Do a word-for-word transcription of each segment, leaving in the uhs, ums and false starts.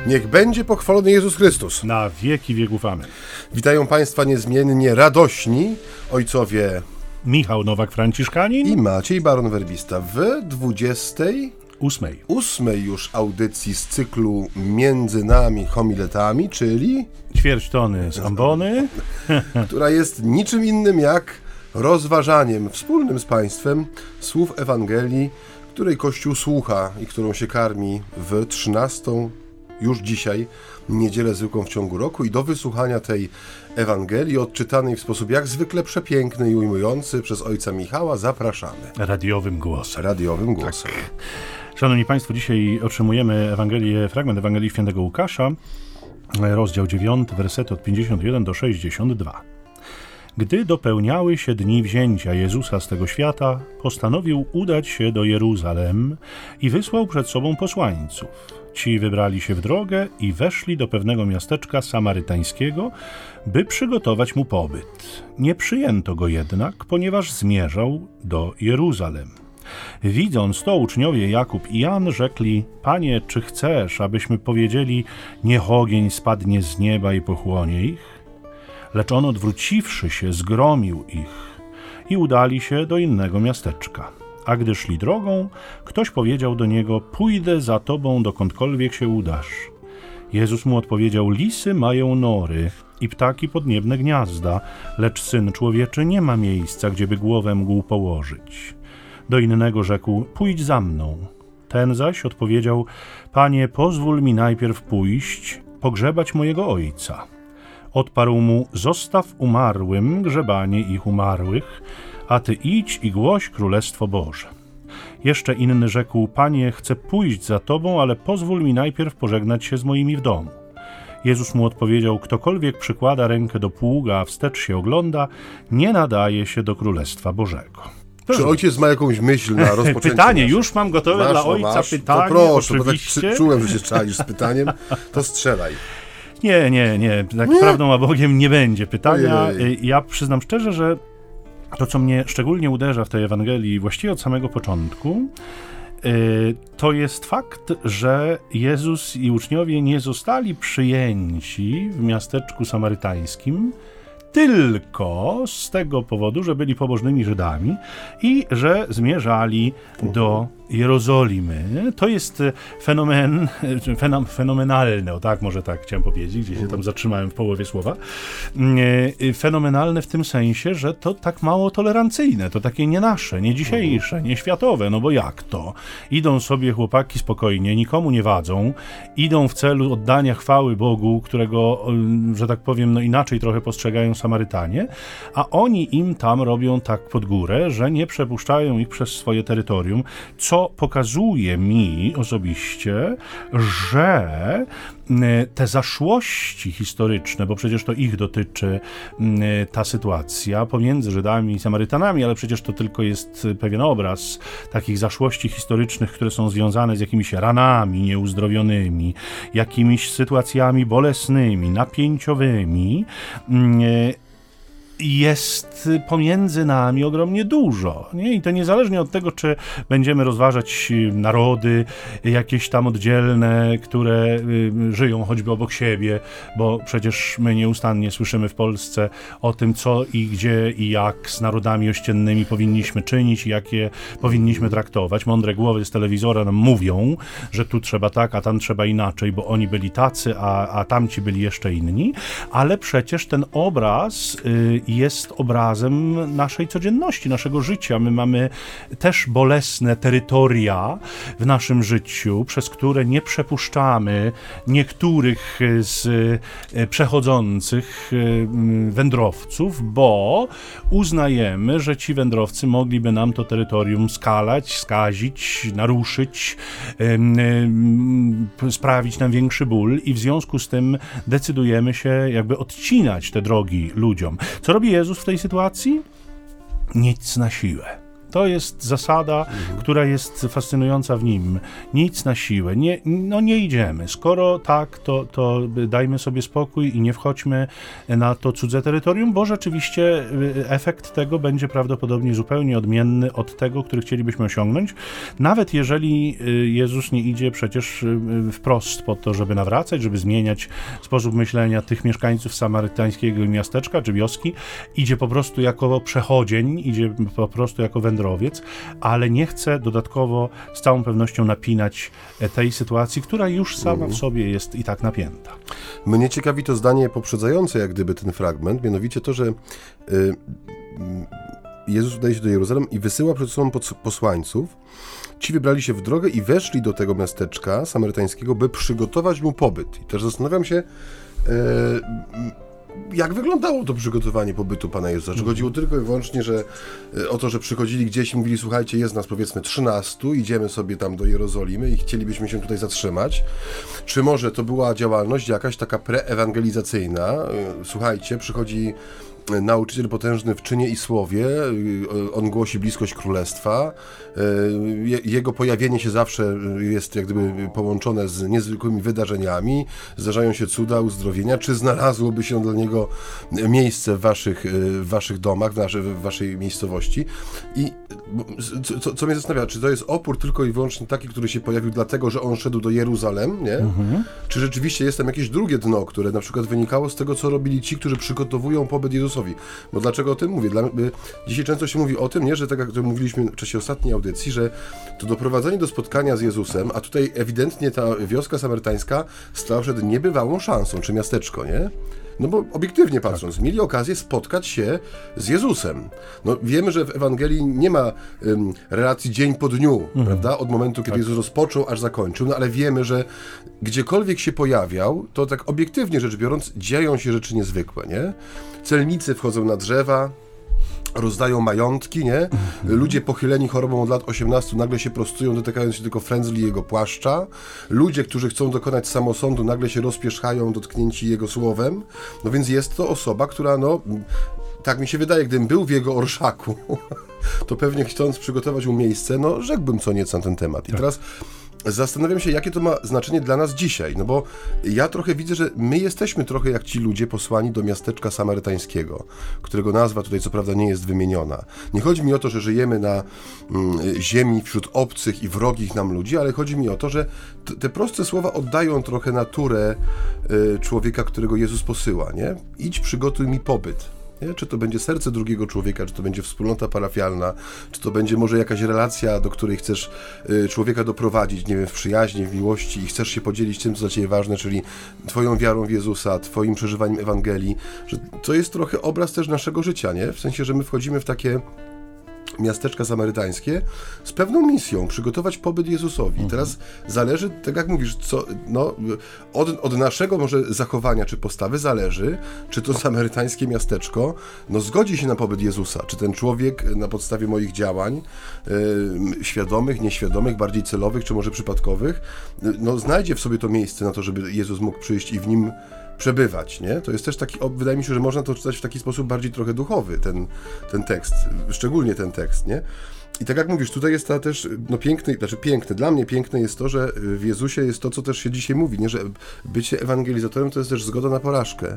Niech będzie pochwalony Jezus Chrystus. Na wieki wieków amen. Witają Państwa niezmiennie radośni ojcowie Michał Nowak-Franciszkanin i Maciej Baron-Werbista w dwudziestej ósmej. ósmej już audycji z cyklu Między nami homiletami, czyli ćwierć tony z ambony, która jest niczym innym jak rozważaniem wspólnym z Państwem słów Ewangelii, której Kościół słucha i którą się karmi w trzynastą już dzisiaj niedzielę zwykłą w ciągu roku. I do wysłuchania tej Ewangelii, odczytanej w sposób jak zwykle przepiękny i ujmujący przez ojca Michała, zapraszamy. Radiowym głosem. Radiowym głosem. Tak. Szanowni Państwo, dzisiaj otrzymujemy Ewangelię, fragment Ewangelii Świętego Łukasza, rozdział dziewiąty, wersety od pięćdziesiątego pierwszego do sześćdziesiątego drugiego. Gdy dopełniały się dni wzięcia Jezusa z tego świata, postanowił udać się do Jeruzalem i wysłał przed sobą posłańców. Ci wybrali się w drogę i weszli do pewnego miasteczka samarytańskiego, by przygotować mu pobyt. Nie przyjęto go jednak, ponieważ zmierzał do Jeruzalem. Widząc to, uczniowie Jakub i Jan rzekli: Panie, czy chcesz, abyśmy powiedzieli, niech ogień spadnie z nieba i pochłonie ich? Lecz on, odwróciwszy się, zgromił ich i udali się do innego miasteczka. A gdy szli drogą, ktoś powiedział do niego: pójdę za tobą, dokądkolwiek się udasz. Jezus mu odpowiedział: lisy mają nory i ptaki podniebne gniazda, lecz Syn Człowieczy nie ma miejsca, gdzieby głowę mógł położyć. Do innego rzekł: pójdź za mną. Ten zaś odpowiedział: Panie, pozwól mi najpierw pójść, pogrzebać mojego ojca. Odparł mu: zostaw umarłym grzebanie ich umarłych, a ty idź i głoś Królestwo Boże. Jeszcze inny rzekł: Panie, chcę pójść za tobą, ale pozwól mi najpierw pożegnać się z moimi w domu. Jezus mu odpowiedział: ktokolwiek przykłada rękę do pługa, a wstecz się ogląda, nie nadaje się do Królestwa Bożego. Czy ojciec ma jakąś myśl na rozpoczęcie? Pytanie, nasze? Już mam gotowe masz, dla ojca masz, pytanie, to proszę, oczywiście. Bo tak czułem, że się czaisz z pytaniem, to strzelaj. Nie, nie, nie. Tak nie? Prawdą a Bogiem nie będzie pytania. Ojej. Ja przyznam szczerze, że to, co mnie szczególnie uderza w tej Ewangelii właściwie od samego początku, to jest fakt, że Jezus i uczniowie nie zostali przyjęci w miasteczku samarytańskim tylko z tego powodu, że byli pobożnymi Żydami i że zmierzali do Jerozolimy. To jest fenomen, fenom, fenomenalne, o tak, może tak chciałem powiedzieć, gdzieś się tam zatrzymałem w połowie słowa. Fenomenalne w tym sensie, że to tak mało tolerancyjne, to takie nie nasze, nie dzisiejsze, nie światowe, no bo jak to? Idą sobie chłopaki spokojnie, nikomu nie wadzą, idą w celu oddania chwały Bogu, którego, że tak powiem, no inaczej trochę postrzegają Samarytanie, a oni im tam robią tak pod górę, że nie przepuszczają ich przez swoje terytorium, co pokazuje mi osobiście, że te zaszłości historyczne, bo przecież to ich dotyczy ta sytuacja pomiędzy Żydami i Samarytanami, ale przecież to tylko jest pewien obraz takich zaszłości historycznych, które są związane z jakimiś ranami nieuzdrowionymi, jakimiś sytuacjami bolesnymi, napięciowymi, jest pomiędzy nami ogromnie dużo. Nie? I to niezależnie od tego, czy będziemy rozważać narody jakieś tam oddzielne, które y, żyją choćby obok siebie, bo przecież my nieustannie słyszymy w Polsce o tym, co i gdzie i jak z narodami ościennymi powinniśmy czynić i jakie powinniśmy traktować. Mądre głowy z telewizora nam mówią, że tu trzeba tak, a tam trzeba inaczej, bo oni byli tacy, a, a tamci byli jeszcze inni, ale przecież ten obraz y, jest obrazem naszej codzienności, naszego życia. My mamy też bolesne terytoria w naszym życiu, przez które nie przepuszczamy niektórych z przechodzących wędrowców, bo uznajemy, że ci wędrowcy mogliby nam to terytorium skalać, skazić, naruszyć, sprawić nam większy ból i w związku z tym decydujemy się jakby odcinać te drogi ludziom. Co robi Jezus w tej sytuacji? Nic na siłę. To jest zasada, mhm. która jest fascynująca w nim. Nic na siłę. Nie, no nie idziemy. Skoro tak, to, to dajmy sobie spokój i nie wchodźmy na to cudze terytorium, bo rzeczywiście efekt tego będzie prawdopodobnie zupełnie odmienny od tego, który chcielibyśmy osiągnąć. Nawet jeżeli Jezus nie idzie przecież wprost po to, żeby nawracać, żeby zmieniać sposób myślenia tych mieszkańców samarytańskiego miasteczka czy wioski, idzie po prostu jako przechodzień, idzie po prostu jako wędrowiec, ale nie chce dodatkowo z całą pewnością napinać tej sytuacji, która już sama w sobie jest i tak napięta. Mnie ciekawi to zdanie poprzedzające jak gdyby ten fragment, mianowicie to, że y, Jezus udaje się do Jeruzalem i wysyła przed sobą posłańców. Ci wybrali się w drogę i weszli do tego miasteczka samarytańskiego, by przygotować mu pobyt. I też zastanawiam się, y, jak wyglądało to przygotowanie pobytu Pana Jezusa? Czy chodziło tylko i wyłącznie że, o to, że przychodzili gdzieś i mówili, słuchajcie, jest nas powiedzmy trzynastu, idziemy sobie tam do Jerozolimy i chcielibyśmy się tutaj zatrzymać? Czy może to była działalność jakaś taka preewangelizacyjna? Słuchajcie, przychodzi nauczyciel potężny w czynie i słowie, on głosi bliskość królestwa, jego pojawienie się zawsze jest jak gdyby połączone z niezwykłymi wydarzeniami, zdarzają się cuda, uzdrowienia. Czy znalazłoby się dla niego miejsce w waszych, w waszych domach, w, naszy, w waszej miejscowości? I co, co mnie zastanawia, czy to jest opór tylko i wyłącznie taki, który się pojawił dlatego, że on szedł do Jeruzalem, nie? Mhm. Czy rzeczywiście jest tam jakieś drugie dno, które na przykład wynikało z tego, co robili ci, którzy przygotowują pobyt Jezusowi? Bo dlaczego o tym mówię? Dla, dzisiaj często się mówi o tym, nie, że tak jak mówiliśmy w czasie ostatniej audycji, że to doprowadzenie do spotkania z Jezusem, a tutaj ewidentnie ta wioska samarytańska stała przed niebywałą szansą, czy miasteczko, nie? No bo obiektywnie patrząc, tak. mieli okazję spotkać się z Jezusem. No wiemy, że w Ewangelii nie ma um, relacji dzień po dniu, mhm. prawda? Od momentu, kiedy tak. Jezus rozpoczął, aż zakończył, no ale wiemy, że gdziekolwiek się pojawiał, to tak obiektywnie rzecz biorąc, dzieją się rzeczy niezwykłe, nie? Celnicy wchodzą na drzewa, rozdają majątki, nie? Ludzie pochyleni chorobą od lat osiemnastu nagle się prostują, dotykając się tylko frędzli jego płaszcza. Ludzie, którzy chcą dokonać samosądu, nagle się rozpieszchają, dotknięci jego słowem. No więc jest to osoba, która, no, tak mi się wydaje, gdybym był w jego orszaku, to pewnie chcąc przygotować mu miejsce, no, rzekłbym co nieco na ten temat. I tak. teraz zastanawiam się, jakie to ma znaczenie dla nas dzisiaj, no bo ja trochę widzę, że my jesteśmy trochę jak ci ludzie posłani do miasteczka samarytańskiego, którego nazwa tutaj co prawda nie jest wymieniona. Nie chodzi mi o to, że żyjemy na mm, ziemi wśród obcych i wrogich nam ludzi, ale chodzi mi o to, że t- te proste słowa oddają trochę naturę y, człowieka, którego Jezus posyła, nie? Idź, przygotuj mi pobyt. Nie? Czy to będzie serce drugiego człowieka, czy to będzie wspólnota parafialna, czy to będzie może jakaś relacja, do której chcesz y, człowieka doprowadzić, nie wiem, w przyjaźni, w miłości i chcesz się podzielić tym, co dla ciebie ważne, czyli twoją wiarą w Jezusa, twoim przeżywaniem Ewangelii, że to jest trochę obraz też naszego życia, nie? W sensie, że my wchodzimy w takie miasteczka samarytańskie z pewną misją, przygotować pobyt Jezusowi. Mhm. Teraz zależy, tak jak mówisz, co, no, od, od naszego może zachowania czy postawy zależy, czy to samarytańskie miasteczko no, zgodzi się na pobyt Jezusa, czy ten człowiek na podstawie moich działań yy, świadomych, nieświadomych, bardziej celowych, czy może przypadkowych, no, znajdzie w sobie to miejsce na to, żeby Jezus mógł przyjść i w nim przebywać, nie? To jest też taki, wydaje mi się, że można to czytać w taki sposób bardziej trochę duchowy, ten, ten tekst, szczególnie ten tekst, nie? I tak jak mówisz, tutaj jest ta też, no piękny, znaczy piękne, dla mnie piękne jest to, że w Jezusie jest to, co też się dzisiaj mówi, nie? Że bycie ewangelizatorem to jest też zgoda na porażkę.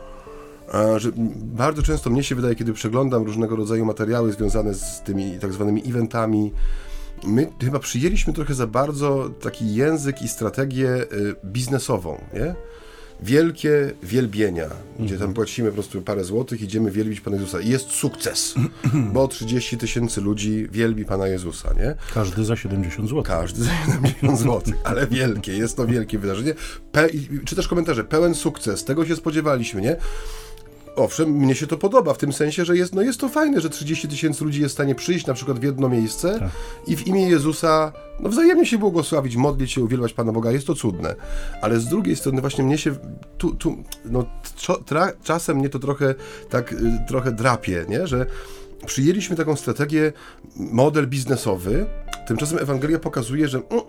A, że bardzo często mnie się wydaje, kiedy przeglądam różnego rodzaju materiały związane z tymi tak zwanymi eventami, my chyba przyjęliśmy trochę za bardzo taki język i strategię biznesową, nie? Wielkie wielbienia, gdzie tam płacimy po prostu parę złotych, idziemy wielbić Pana Jezusa. I jest sukces, bo trzydzieści tysięcy ludzi wielbi Pana Jezusa, nie? Każdy za siedemdziesiąt złotych. Każdy za siedemdziesiąt złotych, ale wielkie, jest to wielkie wydarzenie. Pe- czy też komentarze, pełen sukces, tego się spodziewaliśmy, nie? Owszem, mnie się to podoba, w tym sensie, że jest, no jest to fajne, że trzydzieści tysięcy ludzi jest w stanie przyjść na przykład w jedno miejsce tak. i w imię Jezusa no wzajemnie się błogosławić, modlić się, uwielbiać Pana Boga, jest to cudne. Ale z drugiej strony właśnie mnie się tu, tu no tra, czasem mnie to trochę tak trochę drapie, nie? Że przyjęliśmy taką strategię, model biznesowy, tymczasem Ewangelia pokazuje, że mm, mm,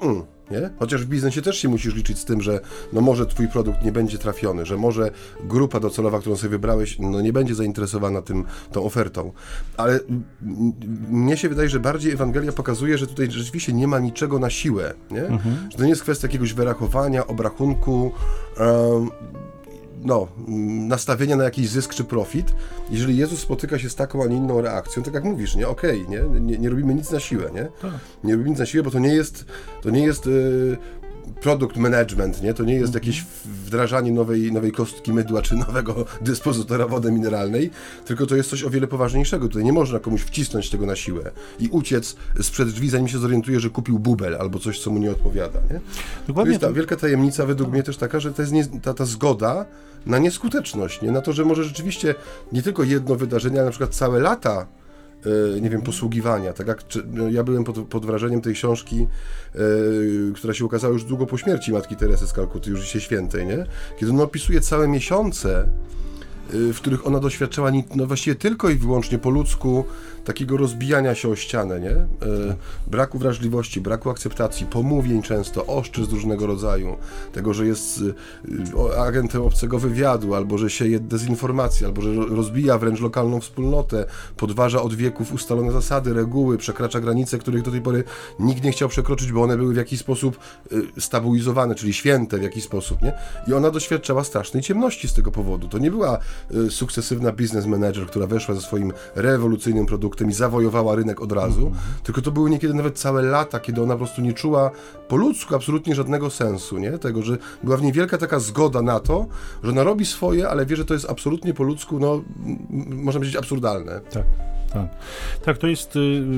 Nie? Chociaż w biznesie też się musisz liczyć z tym, że no może twój produkt nie będzie trafiony, że może grupa docelowa, którą sobie wybrałeś, no nie będzie zainteresowana tym, tą ofertą. Ale m- mnie się wydaje, że bardziej Ewangelia pokazuje, że tutaj rzeczywiście nie ma niczego na siłę. Nie? Mhm. Że to nie jest kwestia jakiegoś wyrachowania, obrachunku, um, no, nastawienia na jakiś zysk czy profit. Jeżeli Jezus spotyka się z taką, a nie inną reakcją, tak jak mówisz, nie, okej, okay, nie? nie, nie robimy nic na siłę, nie? Tak. Nie robimy nic na siłę, bo to nie jest, to nie jest yy, product management, nie? To nie jest mm-hmm. jakieś wdrażanie nowej, nowej kostki mydła czy nowego dyspozytora wody mineralnej, tylko to jest coś o wiele poważniejszego. Tutaj nie można komuś wcisnąć tego na siłę i uciec sprzed drzwi, zanim się zorientuje, że kupił bubel albo coś, co mu nie odpowiada, nie? Dokładnie. To jest ta wielka tajemnica według mnie też taka, że to jest nie, ta, ta zgoda na nieskuteczność, nie? Na to, że może rzeczywiście nie tylko jedno wydarzenie, ale na przykład całe lata yy, nie wiem, posługiwania. Tak jak czy, no, ja byłem pod, pod wrażeniem tej książki, yy, która się ukazała już długo po śmierci Matki Teresy z Kalkuty, już dzisiaj świętej, nie? Kiedy ona opisuje całe miesiące, yy, w których ona doświadczała no właściwie tylko i wyłącznie po ludzku takiego rozbijania się o ścianę, nie? Yy, braku wrażliwości, braku akceptacji, pomówień często, oszczyst różnego rodzaju, tego, że jest yy, agentem obcego wywiadu, albo że sieje dezinformację, albo że rozbija wręcz lokalną wspólnotę, podważa od wieków ustalone zasady, reguły, przekracza granice, których do tej pory nikt nie chciał przekroczyć, bo one były w jakiś sposób yy, stabilizowane, czyli święte w jakiś sposób, nie? I ona doświadczała strasznej ciemności z tego powodu. To nie była yy, sukcesywna business manager, która weszła ze swoim rewolucyjnym produktem i zawojowała rynek od razu, mm-hmm. tylko to były niekiedy nawet całe lata, kiedy ona po prostu nie czuła po ludzku absolutnie żadnego sensu, nie? Tego, że była w niej wielka taka zgoda na to, że ona robi swoje, ale wie, że to jest absolutnie po ludzku, no, można powiedzieć, absurdalne. Tak. Tak. tak, to jest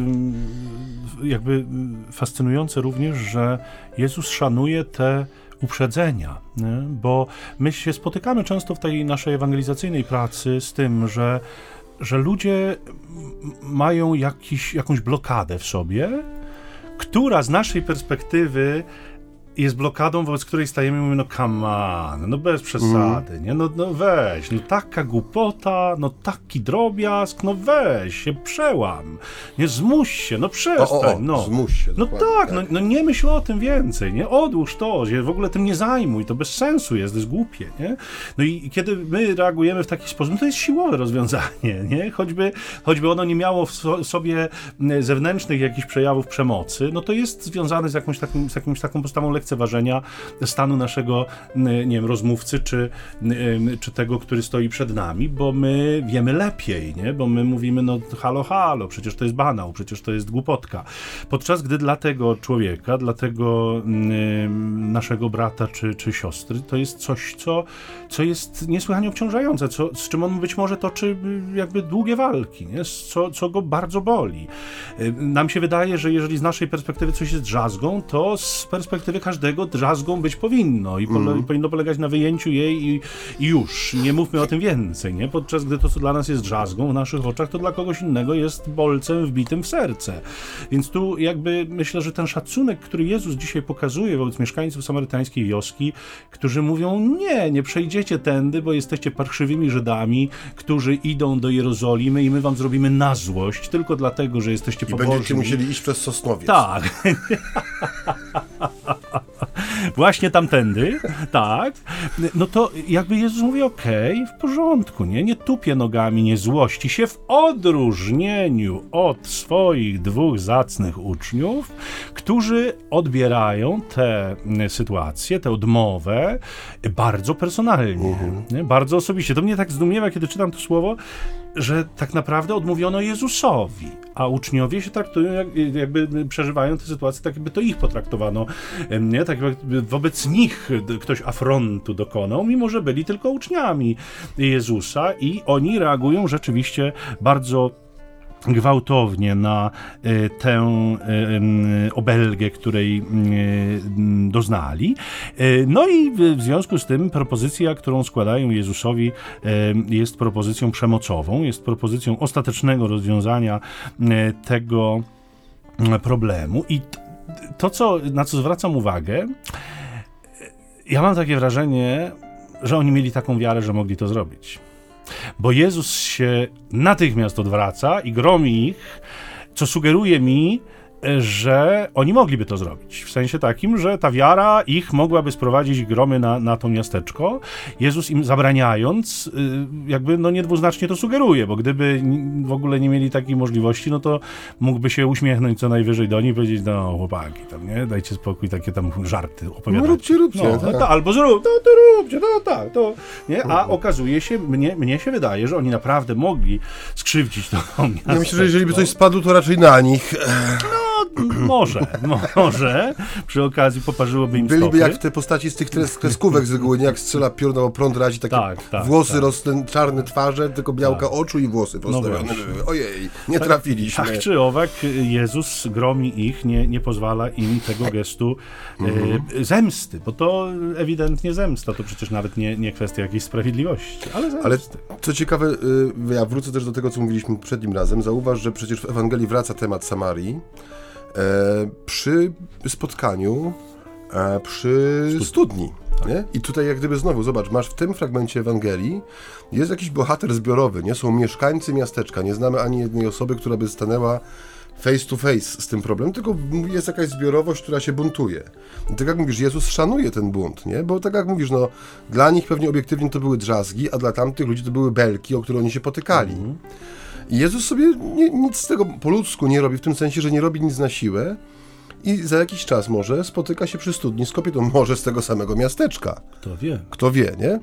jakby fascynujące również, że Jezus szanuje te uprzedzenia, nie? Bo my się spotykamy często w tej naszej ewangelizacyjnej pracy z tym, że że ludzie mają jakiś, jakąś blokadę w sobie, która z naszej perspektywy jest blokadą, wobec której stajemy i mówimy, no come on, no bez przesady, mm. nie? No, no weź, no taka głupota, no taki drobiazg, no weź się, przełam, nie, zmuś się, no przestań, o, o, o, no. Zmuś się, no tak, tak. No, no nie myśl o tym więcej, nie? Odłóż to, się w ogóle tym nie zajmuj, to bez sensu jest, to jest głupie, nie? No i kiedy my reagujemy w taki sposób, no to jest siłowe rozwiązanie, nie? Choćby, choćby ono nie miało w so, sobie zewnętrznych jakichś przejawów przemocy, no to jest związane z jakąś, takim, z jakąś taką postawą lekceważenia stanu naszego, nie wiem, rozmówcy, czy, czy tego, który stoi przed nami, bo my wiemy lepiej, nie? Bo my mówimy, no halo, halo, przecież to jest banał, przecież to jest głupotka. Podczas gdy dla tego człowieka, dla tego naszego brata czy, czy siostry, to jest coś, co, co jest niesłychanie obciążające, co, z czym on być może toczy jakby długie walki, nie? Co, co go bardzo boli. Nam się wydaje, że jeżeli z naszej perspektywy coś jest drzazgą, to z perspektywy każdego drzazgą być powinno i, pole, mm. i powinno polegać na wyjęciu jej i, i już. Nie mówmy o tym więcej, nie? Podczas gdy to, co dla nas jest drzazgą w naszych oczach, to dla kogoś innego jest bolcem wbitym w serce. Więc tu jakby myślę, że ten szacunek, który Jezus dzisiaj pokazuje wobec mieszkańców samarytańskiej wioski, którzy mówią, nie, nie przejdziecie tędy, bo jesteście parszywymi Żydami, którzy idą do Jerozolimy i my wam zrobimy na złość, tylko dlatego, że jesteście pobożni. I będziecie musieli iść przez Sosnowiec. Tak. Właśnie tamtędy, tak, no to jakby Jezus mówi, okej, okay, w porządku, nie, nie tupie nogami, nie złości się w odróżnieniu od swoich dwóch zacnych uczniów, którzy odbierają tę sytuację, tę odmowę bardzo personalnie, uh-huh. nie, bardzo osobiście. To mnie tak zdumiewa, kiedy czytam to słowo, że tak naprawdę odmówiono Jezusowi, a uczniowie się traktują, jak, jakby przeżywają tę sytuację, tak jakby to ich potraktowano, nie? Tak jakby wobec nich ktoś afrontu dokonał, mimo że byli tylko uczniami Jezusa i oni reagują rzeczywiście bardzo gwałtownie na y, tę y, obelgę, której y, doznali. Y, no i w, w związku z tym propozycja, którą składają Jezusowi, y, jest propozycją przemocową, jest propozycją ostatecznego rozwiązania y, tego y, problemu. I t, to, co, na co zwracam uwagę, ja mam takie wrażenie, że oni mieli taką wiarę, że mogli to zrobić. Bo Jezus się natychmiast odwraca i gromi ich, co sugeruje mi, że oni mogliby to zrobić. W sensie takim, że ta wiara ich mogłaby sprowadzić gromy na, na to miasteczko. Jezus im zabraniając, jakby no niedwuznacznie to sugeruje, bo gdyby w ogóle nie mieli takiej możliwości, no to mógłby się uśmiechnąć co najwyżej do nich i powiedzieć, no chłopaki, tam, nie? Dajcie spokój, takie tam żarty opowiadać. No róbcie, róbcie. No, tak. no to albo zrób, to, to róbcie, no tak, to, nie? A okazuje się, mnie, mnie się wydaje, że oni naprawdę mogli skrzywdzić to miasteczko. Ja myślę, że jeżeli by coś spadło, to raczej na nich. No, może, może. Przy okazji poparzyłoby im Byliby stopy. jak w te postaci z tych kres- kreskówek z reguły, nie jak strzela piór, no prąd razi, takie Tak, tak, włosy tak. rosną, czarne twarze, tylko białka Tak. oczu i włosy postawione właśnie. były. Ojej, nie trafiliśmy. Tak czy owak, Jezus gromi ich, nie, nie pozwala im tego gestu Mhm. e, zemsty, bo to ewidentnie zemsta, to przecież nawet nie, nie kwestia jakiejś sprawiedliwości, ale zemsty. Ale co ciekawe, y, ja wrócę też do tego, co mówiliśmy poprzednim razem. Zauważ, że przecież w Ewangelii wraca temat Samarii e, przy spotkaniu e, przy Studni. studni. Nie? I tutaj jak gdyby znowu, zobacz, masz w tym fragmencie Ewangelii jest jakiś bohater zbiorowy, nie? Są mieszkańcy miasteczka, nie znamy ani jednej osoby, która by stanęła face to face z tym problemem, tylko jest jakaś zbiorowość, która się buntuje. I tak jak mówisz, Jezus szanuje ten bunt, nie? Bo tak jak mówisz, no, dla nich pewnie obiektywnie to były drzazgi, a dla tamtych ludzi to były belki, o które oni się potykali. Mhm. I Jezus sobie nie, nic z tego po ludzku nie robi, w tym sensie, że nie robi nic na siłę i za jakiś czas może spotyka się przy studni z kobietą, może z tego samego miasteczka. Kto wie. Kto wie, nie?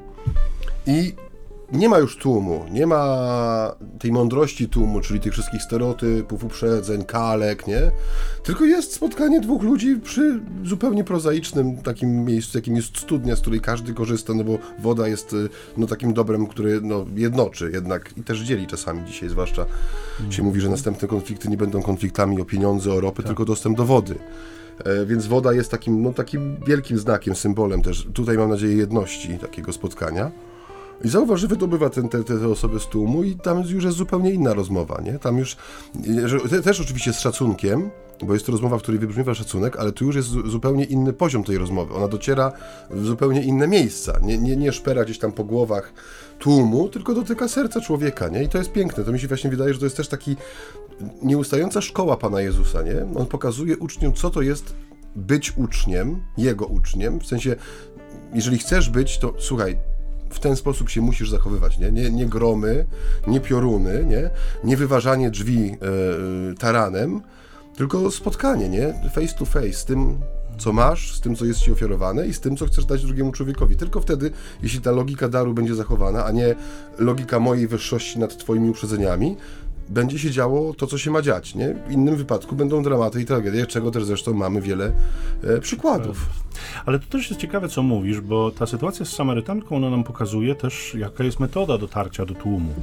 I nie ma już tłumu, nie ma tej mądrości tłumu, czyli tych wszystkich stereotypów, uprzedzeń, kalek, nie? Tylko jest spotkanie dwóch ludzi przy zupełnie prozaicznym takim miejscu, jakim jest studnia, z której każdy korzysta, no bo woda jest no, takim dobrem, które no, jednoczy jednak i też dzieli czasami dzisiaj, zwłaszcza mm. się mówi, że następne konflikty nie będą konfliktami o pieniądze, o ropę, tak. tylko dostęp do wody. E, więc woda jest takim, no, takim wielkim znakiem, symbolem też, tutaj mam nadzieję, jedności takiego spotkania. I zauważ, że wydobywa ten, te, te osoby z tłumu i tam już jest zupełnie inna rozmowa, nie? Tam już, że, te, też oczywiście z szacunkiem, bo jest to rozmowa, w której wybrzmiewa szacunek, ale tu już jest zu, zupełnie inny poziom tej rozmowy. Ona dociera w zupełnie inne miejsca. Nie, nie, nie szpera gdzieś tam po głowach tłumu, tylko dotyka serca człowieka, nie? I to jest piękne. To mi się właśnie wydaje, że to jest też taki nieustająca szkoła Pana Jezusa, nie? On pokazuje uczniom, co to jest być uczniem, Jego uczniem, w sensie, jeżeli chcesz być, to słuchaj, w ten sposób się musisz zachowywać, nie? Nie, nie gromy, nie pioruny, nie? Nie wyważanie drzwi e, taranem, tylko spotkanie, nie? Face to face, z tym, co masz, z tym, co jest ci ofiarowane i z tym, co chcesz dać drugiemu człowiekowi. Tylko wtedy, jeśli ta logika daru będzie zachowana, a nie logika mojej wyższości nad twoimi uprzedzeniami, będzie się działo to, co się ma dziać, nie? W innym wypadku będą dramaty i tragedie, czego też zresztą mamy wiele e, przykładów. Ale to też jest ciekawe, co mówisz, bo ta sytuacja z Samarytanką, ona nam pokazuje też, jaka jest metoda dotarcia do tłumu.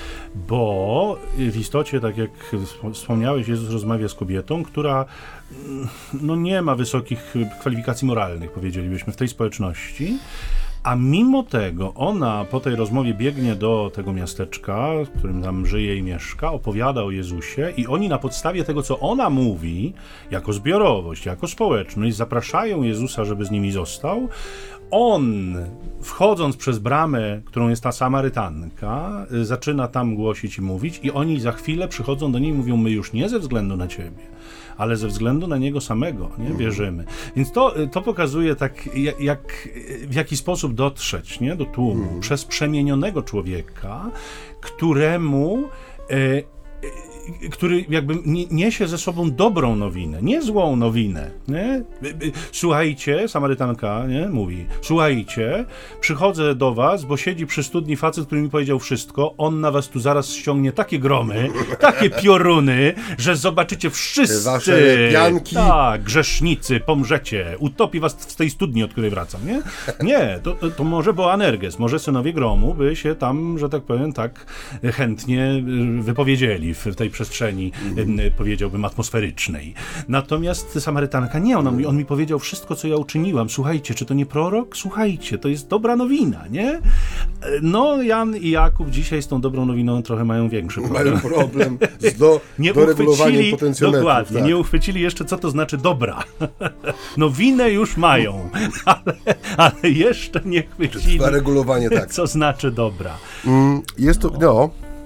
Bo w istocie, tak jak wspomniałeś, Jezus rozmawia z kobietą, która no, nie ma wysokich kwalifikacji moralnych, powiedzielibyśmy, w tej społeczności. A mimo tego ona po tej rozmowie biegnie do tego miasteczka, w którym tam żyje i mieszka, opowiada o Jezusie i oni na podstawie tego, co ona mówi, jako zbiorowość, jako społeczność, zapraszają Jezusa, żeby z nimi został. On, wchodząc przez bramę, którą jest ta Samarytanka, zaczyna tam głosić i mówić i oni za chwilę przychodzą do niej i mówią, my już nie ze względu na Ciebie, ale ze względu na Niego samego, nie? Wierzymy. Więc to, to pokazuje tak, jak, jak, w jaki sposób dotrzeć, nie? Do tłumu, mm. przez przemienionego człowieka, któremu e, który jakby niesie ze sobą dobrą nowinę, nie złą nowinę, nie? Słuchajcie, Samarytanka, nie? Mówi, słuchajcie, przychodzę do was, bo siedzi przy studni facet, który mi powiedział wszystko, on na was tu zaraz ściągnie takie gromy, takie pioruny, że zobaczycie wszyscy, wasze pianki. Tak, grzesznicy, pomrzecie, utopi was w tej studni, od której wracam, nie? Nie, to, to, to może Boanerges, może synowie gromu by się tam, że tak powiem, tak chętnie wypowiedzieli w tej przestrzeni, mm. powiedziałbym, atmosferycznej. Natomiast Samarytanka, nie, ona mówi, on mi powiedział wszystko, co ja uczyniłam. Słuchajcie, czy to nie prorok? Słuchajcie, to jest dobra nowina, nie? No, Jan i Jakub dzisiaj z tą dobrą nowiną trochę mają większy problem. Mają problem z do, nie doregulowaniem potencjometrów. Dokładnie, tak. Nie uchwycili jeszcze, co to znaczy dobra. Nowinę już mają, ale, ale jeszcze nie chwycili, regulowanie, tak. co znaczy dobra. Mm, jest to, no...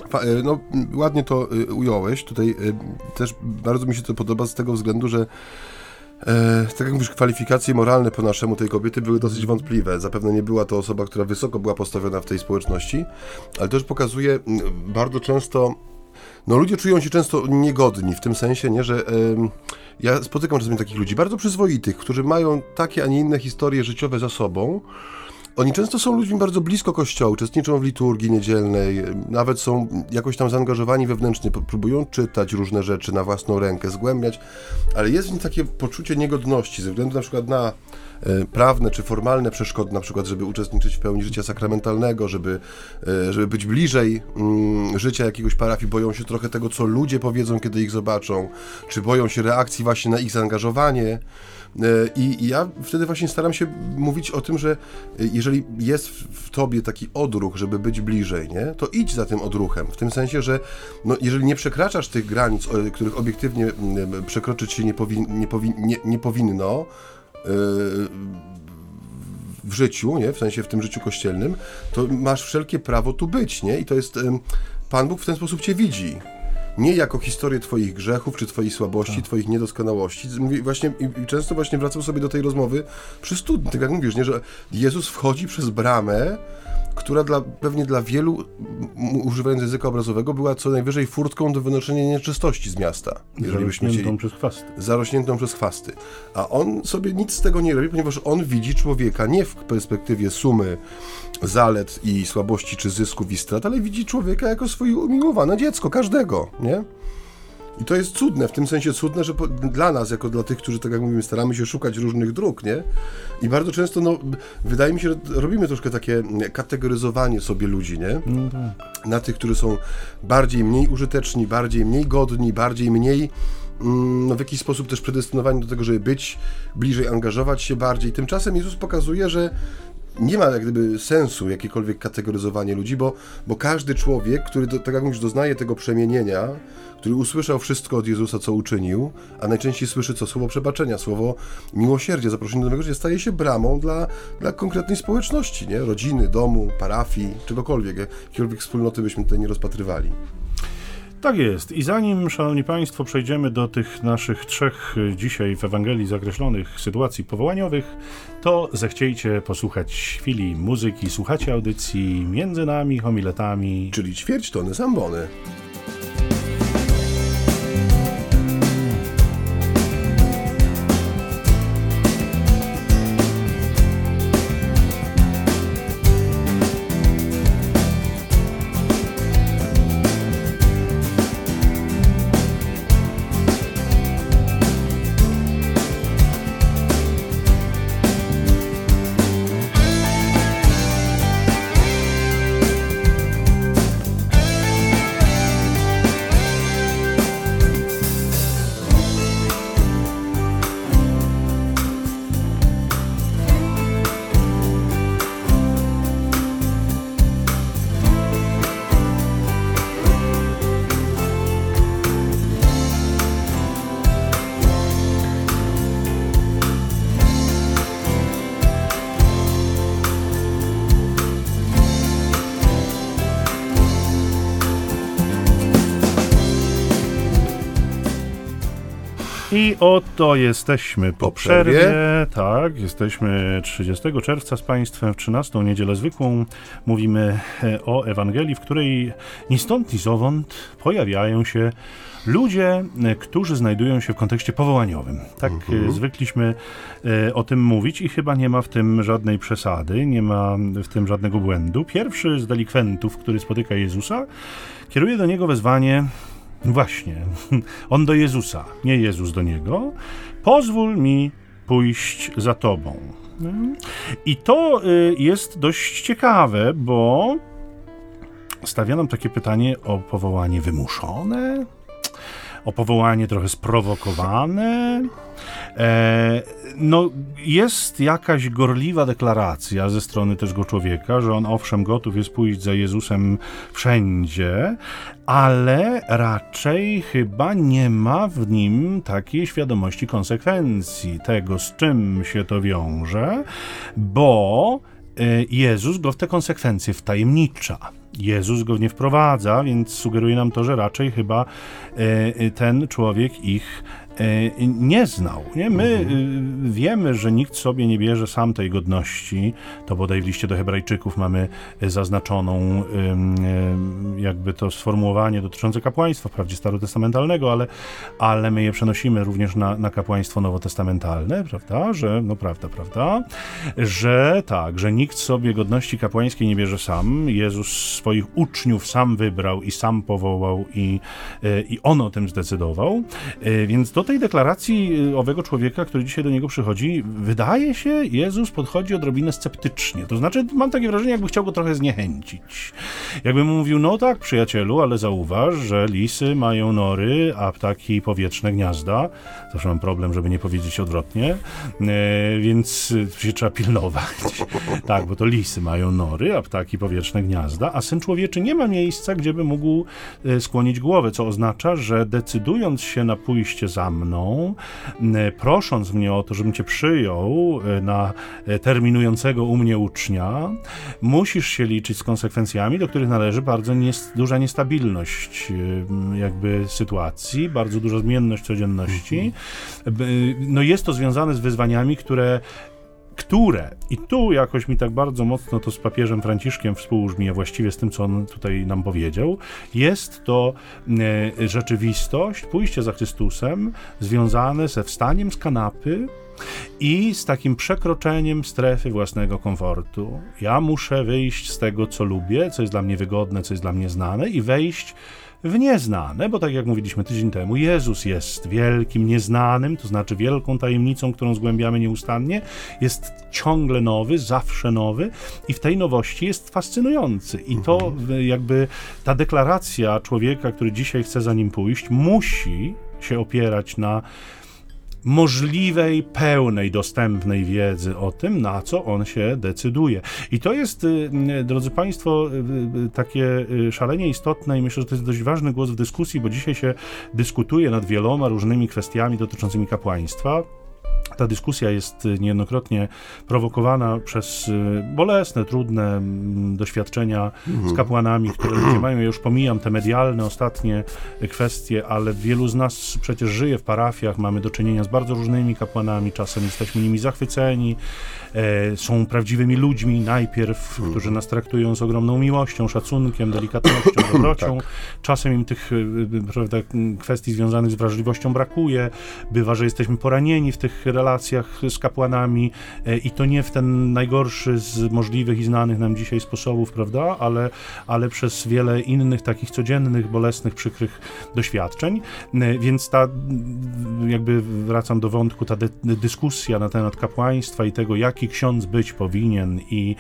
No, ładnie to ująłeś. Tutaj też bardzo mi się to podoba z tego względu, że E, tak jak mówisz, kwalifikacje moralne po naszemu tej kobiety były dosyć wątpliwe. Zapewne nie była to osoba, która wysoko była postawiona w tej społeczności, ale też pokazuje bardzo często, no ludzie czują się często niegodni, w tym sensie, nie, że e, ja spotykam czasami takich ludzi bardzo przyzwoitych, którzy mają takie, a nie inne historie życiowe za sobą. Oni często są ludźmi bardzo blisko Kościoła, uczestniczą w liturgii niedzielnej, nawet są jakoś tam zaangażowani wewnętrznie, próbują czytać różne rzeczy na własną rękę, zgłębiać, ale jest w nich takie poczucie niegodności ze względu na przykład na e, prawne czy formalne przeszkody, na przykład, żeby uczestniczyć w pełni życia sakramentalnego, żeby, e, żeby być bliżej mm, życia jakiegoś parafii, boją się trochę tego, co ludzie powiedzą, kiedy ich zobaczą, czy boją się reakcji właśnie na ich zaangażowanie. I, I ja wtedy właśnie staram się mówić o tym, że jeżeli jest w tobie taki odruch, żeby być bliżej, nie, to idź za tym odruchem, w tym sensie, że no, jeżeli nie przekraczasz tych granic, których obiektywnie przekroczyć się nie, powi- nie, powi- nie, nie powinno yy, w życiu, nie, w sensie w tym życiu kościelnym, to masz wszelkie prawo tu być, nie, i to jest, yy, Pan Bóg w ten sposób cię widzi. Nie jako historię twoich grzechów, czy twojej słabości, tak. twoich niedoskonałości. Mówię właśnie, i często właśnie wracam sobie do tej rozmowy przy studni, tak jak mówisz, nie, że Jezus wchodzi przez bramę, która dla, pewnie dla wielu, używając języka obrazowego, była co najwyżej furtką do wynoszenia nieczystości z miasta. Zarośniętą chcieli, przez chwasty. Zarośniętą przez chwasty. A on sobie nic z tego nie robi, ponieważ on widzi człowieka nie w perspektywie sumy zalet i słabości, czy zysków i strat, ale widzi człowieka jako swoje umiłowane dziecko, każdego, nie? I to jest cudne, w tym sensie cudne, że po, dla nas, jako dla tych, którzy, tak jak mówimy, staramy się szukać różnych dróg, nie? I bardzo często, no, wydaje mi się, że robimy troszkę takie kategoryzowanie sobie ludzi, nie? No tak. Na tych, którzy są bardziej, mniej użyteczni, bardziej, mniej godni, bardziej, mniej mm, no, w jakiś sposób też predestynowani do tego, żeby być bliżej, angażować się bardziej. Tymczasem Jezus pokazuje, że nie ma jak gdyby sensu jakiekolwiek kategoryzowanie ludzi, bo, bo każdy człowiek, który, do, tak jak mówisz, doznaje tego przemienienia, który usłyszał wszystko od Jezusa, co uczynił, a najczęściej słyszy co? Słowo przebaczenia, słowo miłosierdzia, zaproszenie do nowego życia, staje się bramą dla, dla konkretnej społeczności, nie? Rodziny, domu, parafii, czegokolwiek, jakiejkolwiek wspólnoty byśmy tutaj nie rozpatrywali. Tak jest. I zanim, szanowni państwo, przejdziemy do tych naszych trzech dzisiaj w Ewangelii zakreślonych sytuacji powołaniowych, to zechciejcie posłuchać chwili muzyki. Słuchacie audycji Między nami homiletami, czyli ćwierć tony zambony. I oto jesteśmy po, po przerwie. przerwie. Tak, jesteśmy trzydziestego czerwca z Państwem w trzynastą niedzielę zwykłą. Mówimy o Ewangelii, w której ni stąd, ni zowąd pojawiają się ludzie, którzy znajdują się w kontekście powołaniowym. Tak uh-huh. zwykliśmy o tym mówić i chyba nie ma w tym żadnej przesady, nie ma w tym żadnego błędu. Pierwszy z delikwentów, który spotyka Jezusa, kieruje do niego wezwanie. Właśnie, on do Jezusa, nie Jezus do niego. Pozwól mi pójść za tobą. I to jest dość ciekawe, bo stawia nam takie pytanie o powołanie wymuszone, o powołanie trochę sprowokowane. E, no, jest jakaś gorliwa deklaracja ze strony też go człowieka, że on owszem gotów jest pójść za Jezusem wszędzie, ale raczej chyba nie ma w nim takiej świadomości konsekwencji tego, z czym się to wiąże, bo Jezus go w te konsekwencje wtajemnicza. Jezus go nie wprowadza, więc sugeruje nam to, że raczej chyba e, ten człowiek ich nie znał. Nie? My mhm. wiemy, że nikt sobie nie bierze sam tej godności. To bodaj w liście do Hebrajczyków mamy zaznaczoną jakby to sformułowanie dotyczące kapłaństwa, wprawdzie starotestamentalnego, ale, ale my je przenosimy również na, na kapłaństwo nowotestamentalne, prawda? Że, no prawda, prawda? Że tak, że nikt sobie godności kapłańskiej nie bierze sam. Jezus swoich uczniów sam wybrał i sam powołał i, i on o tym zdecydował. Więc do tej deklaracji owego człowieka, który dzisiaj do niego przychodzi, wydaje się, Jezus podchodzi odrobinę sceptycznie. To znaczy, mam takie wrażenie, jakby chciał go trochę zniechęcić. Jakby mu mówił, no tak, przyjacielu, ale zauważ, że lisy mają nory, a ptaki powietrzne gniazda. Zawsze mam problem, żeby nie powiedzieć odwrotnie, e, więc się trzeba pilnować. Tak, bo to lisy mają nory, a ptaki powietrzne gniazda, a Syn Człowieczy nie ma miejsca, gdzie by mógł skłonić głowę, co oznacza, że decydując się na pójście za mną, prosząc mnie o to, żebym cię przyjął na terminującego u mnie ucznia, musisz się liczyć z konsekwencjami, do których należy bardzo nies- duża niestabilność jakby sytuacji, bardzo duża zmienność codzienności. No jest to związane z wyzwaniami, które które, i tu jakoś mi tak bardzo mocno to z papieżem Franciszkiem współbrzmi, a właściwie z tym, co on tutaj nam powiedział, jest to e, rzeczywistość, pójście za Chrystusem związane ze wstaniem z kanapy i z takim przekroczeniem strefy własnego komfortu. Ja muszę wyjść z tego, co lubię, co jest dla mnie wygodne, co jest dla mnie znane i wejść w nieznane, bo tak jak mówiliśmy tydzień temu, Jezus jest wielkim nieznanym, to znaczy wielką tajemnicą, którą zgłębiamy nieustannie, jest ciągle nowy, zawsze nowy i w tej nowości jest fascynujący. I to jakby ta deklaracja człowieka, który dzisiaj chce za nim pójść, musi się opierać na możliwej, pełnej, dostępnej wiedzy o tym, na co on się decyduje. I to jest, drodzy Państwo, takie szalenie istotne i myślę, że to jest dość ważny głos w dyskusji, bo dzisiaj się dyskutuje nad wieloma różnymi kwestiami dotyczącymi kapłaństwa. Ta dyskusja jest niejednokrotnie prowokowana przez bolesne, trudne doświadczenia z kapłanami, które ludzie mają. Ja już pomijam te medialne, ostatnie kwestie, ale wielu z nas przecież żyje w parafiach, mamy do czynienia z bardzo różnymi kapłanami, czasem jesteśmy nimi zachwyceni, e, są prawdziwymi ludźmi najpierw, którzy nas traktują z ogromną miłością, szacunkiem, delikatnością, dobrocią. Tak. Czasem im tych prawda, kwestii związanych z wrażliwością brakuje, bywa, że jesteśmy poranieni w tych relacjach z kapłanami i to nie w ten najgorszy z możliwych i znanych nam dzisiaj sposobów, prawda, ale, ale przez wiele innych takich codziennych, bolesnych, przykrych doświadczeń. Więc ta, jakby wracam do wątku, ta dy- dyskusja na temat kapłaństwa i tego, jaki ksiądz być powinien i,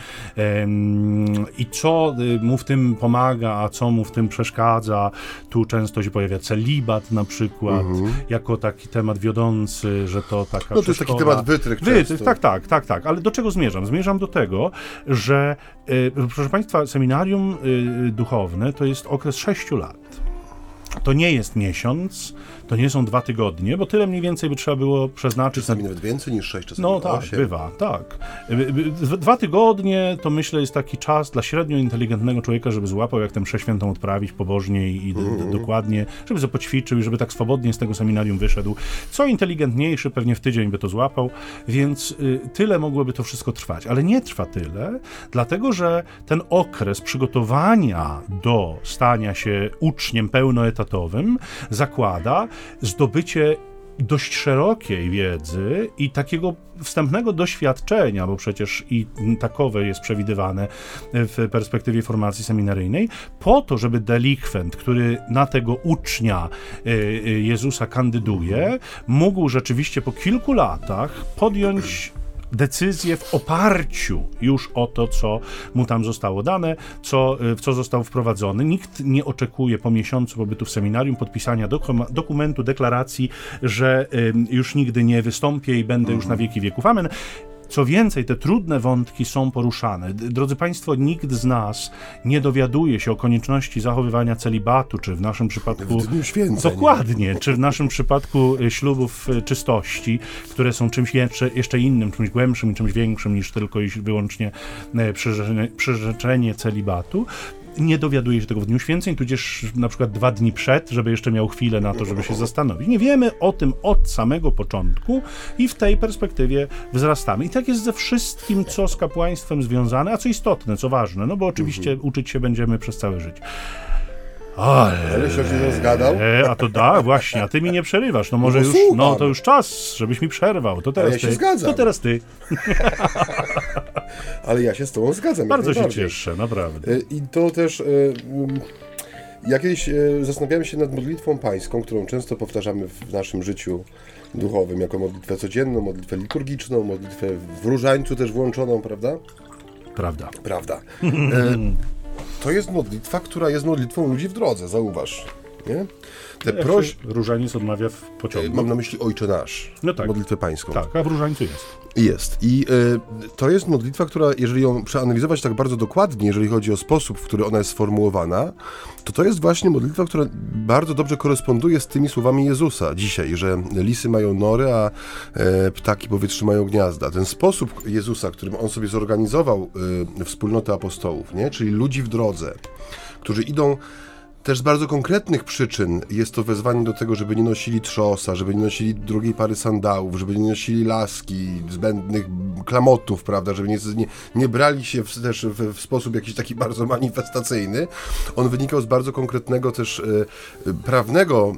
em, i co mu w tym pomaga, a co mu w tym przeszkadza. Tu często się pojawia celibat na przykład, mhm. jako taki temat wiodący, że to taka no to jest taki temat wytryk Wytryk, tak, tak, tak, tak. Ale do czego zmierzam? Zmierzam do tego, że y, proszę Państwa, seminarium y, duchowne to jest okres sześciu lat. To nie jest miesiąc, to nie są dwa tygodnie, bo tyle mniej więcej by trzeba było przeznaczyć. Czasami na... nawet więcej niż sześć, czasami No tak, osiem. bywa, tak. Dwa tygodnie to myślę jest taki czas dla średnio inteligentnego człowieka, żeby złapał, jak tę mszę świętą odprawić pobożnie i d- d- dokładnie, żeby sobie poćwiczył i żeby tak swobodnie z tego seminarium wyszedł. Co inteligentniejszy pewnie w tydzień by to złapał, więc y, tyle mogłoby to wszystko trwać. Ale nie trwa tyle, dlatego że ten okres przygotowania do stania się uczniem pełnoetatowym zakłada zdobycie dość szerokiej wiedzy i takiego wstępnego doświadczenia, bo przecież i takowe jest przewidywane w perspektywie formacji seminaryjnej, po to, żeby delikwent, który na tego ucznia Jezusa kandyduje, mógł rzeczywiście po kilku latach podjąć decyzję w oparciu już o to, co mu tam zostało dane, co, w co został wprowadzony. Nikt nie oczekuje po miesiącu pobytu w seminarium podpisania dokum- dokumentu, deklaracji, że y, już nigdy nie wystąpię i będę już na wieki wieków. Amen. Co więcej, te trudne wątki są poruszane. Drodzy Państwo, nikt z nas nie dowiaduje się o konieczności zachowywania celibatu, czy w naszym przypadku... W dniu święceń. Dokładnie, czy w naszym przypadku ślubów czystości, które są czymś jeszcze, jeszcze innym, czymś głębszym i czymś większym niż tylko i wyłącznie przyrzeczenie, przyrzeczenie celibatu. nie dowiaduje się tego w Dniu Święceń, tudzież na przykład dwa dni przed, żeby jeszcze miał chwilę na to, żeby się zastanowić. Nie wiemy o tym od samego początku i w tej perspektywie wzrastamy. I tak jest ze wszystkim, co z kapłaństwem związane, a co istotne, co ważne, no bo oczywiście mhm. uczyć się będziemy przez całe życie. Ale... Ale się nie zgadał? A to da, właśnie, a ty mi nie przerywasz. No może no już, no to już czas, żebyś mi przerwał. To teraz Ale ja ty. się zgadzam. To teraz ty. Ale ja się z tobą zgadzam. Bardzo się cieszę, naprawdę. I to też... Ja kiedyś zastanawiałem się nad modlitwą pańską, którą często powtarzamy w naszym życiu duchowym, jako modlitwę codzienną, modlitwę liturgiczną, modlitwę w różańcu też włączoną, prawda? Prawda. Prawda. To jest modlitwa, która jest modlitwą ludzi w drodze, zauważ. Nie? Te proś... Różaniec odmawia w pociągu. Mam na myśli Ojcze Nasz, no tak. modlitwę pańską. Tak, a w różańcu jest. Jest. I y, to jest modlitwa, która, jeżeli ją przeanalizować tak bardzo dokładnie, jeżeli chodzi o sposób, w który ona jest sformułowana, to to jest właśnie modlitwa, która bardzo dobrze koresponduje z tymi słowami Jezusa dzisiaj, że lisy mają nory, a e, ptaki powietrzne mają gniazda. Ten sposób Jezusa, którym on sobie zorganizował y, wspólnotę apostołów, nie? Czyli ludzi w drodze, którzy idą też z bardzo konkretnych przyczyn. Jest to wezwanie do tego, żeby nie nosili trzosa, żeby nie nosili drugiej pary sandałów, żeby nie nosili laski, zbędnych klamotów, prawda, żeby nie, nie, nie brali się w, też w, w sposób jakiś taki bardzo manifestacyjny. On wynikał z bardzo konkretnego też e, prawnego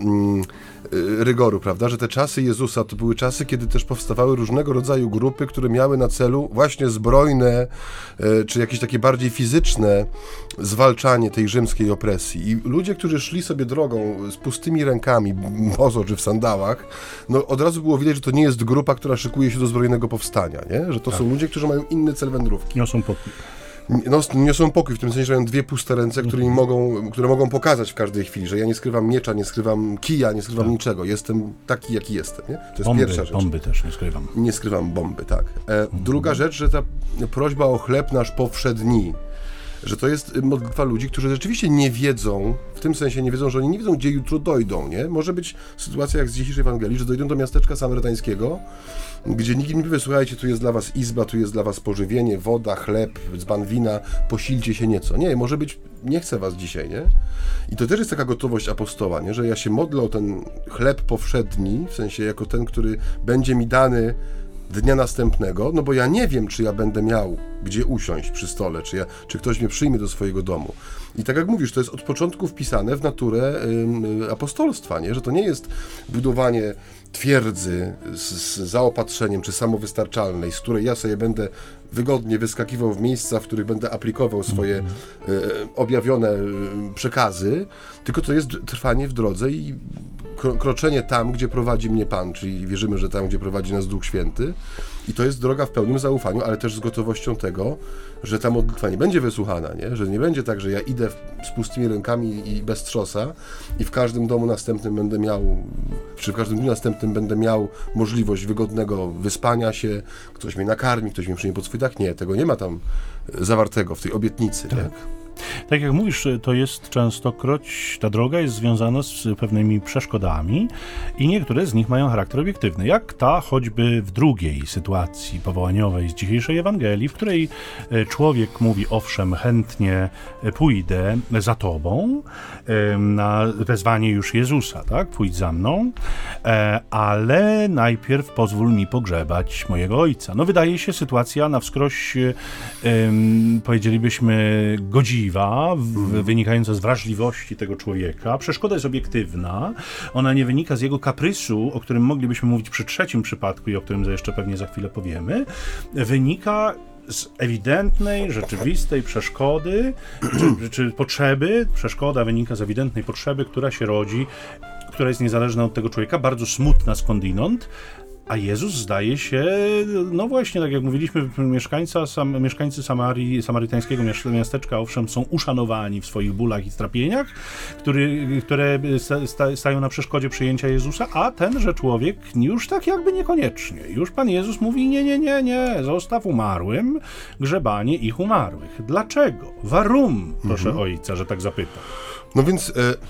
e, rygoru, prawda, że te czasy Jezusa to były czasy, kiedy też powstawały różnego rodzaju grupy, które miały na celu właśnie zbrojne, e, czy jakieś takie bardziej fizyczne zwalczanie tej rzymskiej opresji. I ludzie, którzy szli sobie drogą z pustymi rękami, bozo czy w sandałach, no od razu było widać, że to nie jest grupa, która szykuje się do zbrojnego powstania, nie? Że to tak. są ludzie, którzy mają inny cel wędrówki. Niosą pokój. No, niosą pokój, w tym sensie, że mają dwie puste ręce, które, mm. mogą, które mogą pokazać w każdej chwili, że ja nie skrywam miecza, nie skrywam kija, nie skrywam tak. niczego. Jestem taki, jaki jestem, nie? To jest bomby, pierwsza rzecz. Bomby też nie skrywam. Nie skrywam bomby, tak. E, mm. Druga rzecz, że ta prośba o chleb nasz powszedni, że to jest modlitwa ludzi, którzy rzeczywiście nie wiedzą, w tym sensie nie wiedzą, że oni nie wiedzą, gdzie jutro dojdą, nie? Może być sytuacja jak z dzisiejszej Ewangelii, że dojdą do miasteczka samarytańskiego, gdzie nikt im nie powie, słuchajcie, tu jest dla was izba, tu jest dla was pożywienie, woda, chleb, dzban wina, posilcie się nieco. Nie, może być, nie chcę was dzisiaj, nie? I to też jest taka gotowość apostoła, nie? Że ja się modlę o ten chleb powszedni, w sensie jako ten, który będzie mi dany dnia następnego, no bo ja nie wiem, czy ja będę miał gdzie usiąść przy stole, czy, ja, czy ktoś mnie przyjmie do swojego domu. I tak jak mówisz, to jest od początku wpisane w naturę y, apostolstwa, nie? Że to nie jest budowanie twierdzy z, z zaopatrzeniem, czy samowystarczalnej, z której ja sobie będę wygodnie wyskakiwał w miejsca, w których będę aplikował swoje y, objawione y, przekazy, tylko to jest trwanie w drodze i kroczenie tam, gdzie prowadzi mnie Pan, czyli wierzymy, że tam, gdzie prowadzi nas Duch Święty. I to jest droga w pełnym zaufaniu, ale też z gotowością tego, że ta modlitwa nie będzie wysłuchana, nie? Że nie będzie tak, że ja idę z pustymi rękami i bez trzosa i w każdym domu następnym będę miał, czy w każdym dniu następnym będę miał możliwość wygodnego wyspania się, ktoś mnie nakarmi, ktoś mnie przyjmie pod swój dach. Nie, tego nie ma tam zawartego w tej obietnicy. Tak. Nie? Tak jak mówisz, to jest częstokroć, ta droga jest związana z pewnymi przeszkodami i niektóre z nich mają charakter obiektywny, jak ta choćby w drugiej sytuacji powołaniowej z dzisiejszej Ewangelii, w której człowiek mówi, owszem, chętnie pójdę za tobą na wezwanie już Jezusa, tak, pójdź za mną, ale najpierw pozwól mi pogrzebać mojego ojca. No wydaje się sytuacja na wskroś, powiedzielibyśmy, godziwa, W, wynikająca z wrażliwości tego człowieka. Przeszkoda jest obiektywna, ona nie wynika z jego kaprysu, o którym moglibyśmy mówić przy trzecim przypadku i o którym jeszcze pewnie za chwilę powiemy, wynika z ewidentnej, rzeczywistej przeszkody, czy, czy potrzeby. Przeszkoda wynika z ewidentnej potrzeby, która się rodzi, która jest niezależna od tego człowieka, bardzo smutna skądinąd. A Jezus zdaje się, no właśnie, tak jak mówiliśmy, mieszkańca, sam, mieszkańcy Samarii, samarytańskiego miasteczka, owszem, są uszanowani w swoich bólach i strapieniach, który, które sta, stają na przeszkodzie przyjęcia Jezusa, a tenże człowiek już tak jakby niekoniecznie. Już Pan Jezus mówi, nie, nie, nie, nie, zostaw umarłym grzebanie ich umarłych. Dlaczego? Warum, proszę mhm. ojca, że tak zapytał. No więc... E...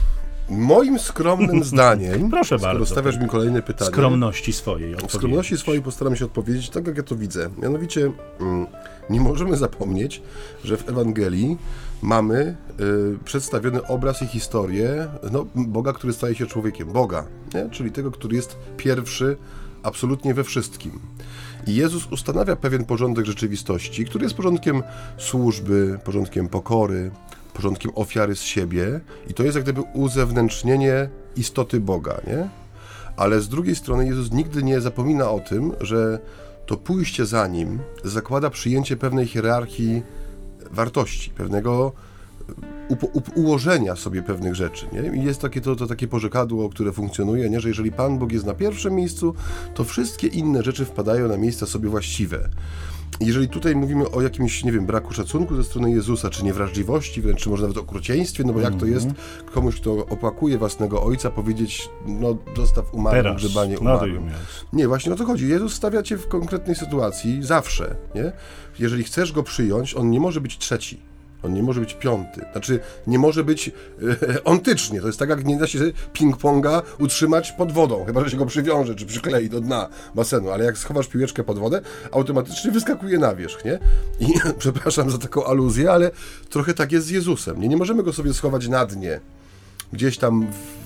Moim skromnym zdaniem, Proszę skoro bardzo. stawiasz mi kolejne pytanie, Skromności swojej w odpowiedzi. skromności swojej postaram się odpowiedzieć tak, jak ja to widzę. Mianowicie mm, nie możemy zapomnieć, że w Ewangelii mamy y, przedstawiony obraz i historię no, Boga, który staje się człowiekiem. Boga, nie? Czyli tego, który jest pierwszy absolutnie we wszystkim. I Jezus ustanawia pewien porządek rzeczywistości, który jest porządkiem służby, porządkiem pokory, porządkiem ofiary z siebie i to jest jak gdyby uzewnętrznienie istoty Boga, nie? Ale z drugiej strony Jezus nigdy nie zapomina o tym, że to pójście za Nim zakłada przyjęcie pewnej hierarchii wartości, pewnego upo- up- ułożenia sobie pewnych rzeczy, nie? I jest takie to, to takie porzekadło, które funkcjonuje, nie? Że jeżeli Pan Bóg jest na pierwszym miejscu, to wszystkie inne rzeczy wpadają na miejsca sobie właściwe. Jeżeli tutaj mówimy o jakimś, nie wiem, braku szacunku ze strony Jezusa, czy niewrażliwości, wręcz czy może nawet okrucieństwie, no bo jak to jest komuś, kto opłakuje własnego ojca, powiedzieć, no dostaw umarłym, grzebanie umarłym. Nie, właśnie o to chodzi. Jezus stawia cię w konkretnej sytuacji zawsze, nie? Jeżeli chcesz go przyjąć, on nie może być trzeci. On nie może być piąty. Znaczy, nie może być e, ontycznie. To jest tak, jak nie da się ping-ponga utrzymać pod wodą, chyba że się go przywiąże, czy przyklei do dna basenu. Ale jak schowasz piłeczkę pod wodę, automatycznie wyskakuje na wierzch, nie? I przepraszam za taką aluzję, ale trochę tak jest z Jezusem. Nie, nie możemy go sobie schować na dnie. Gdzieś tam w,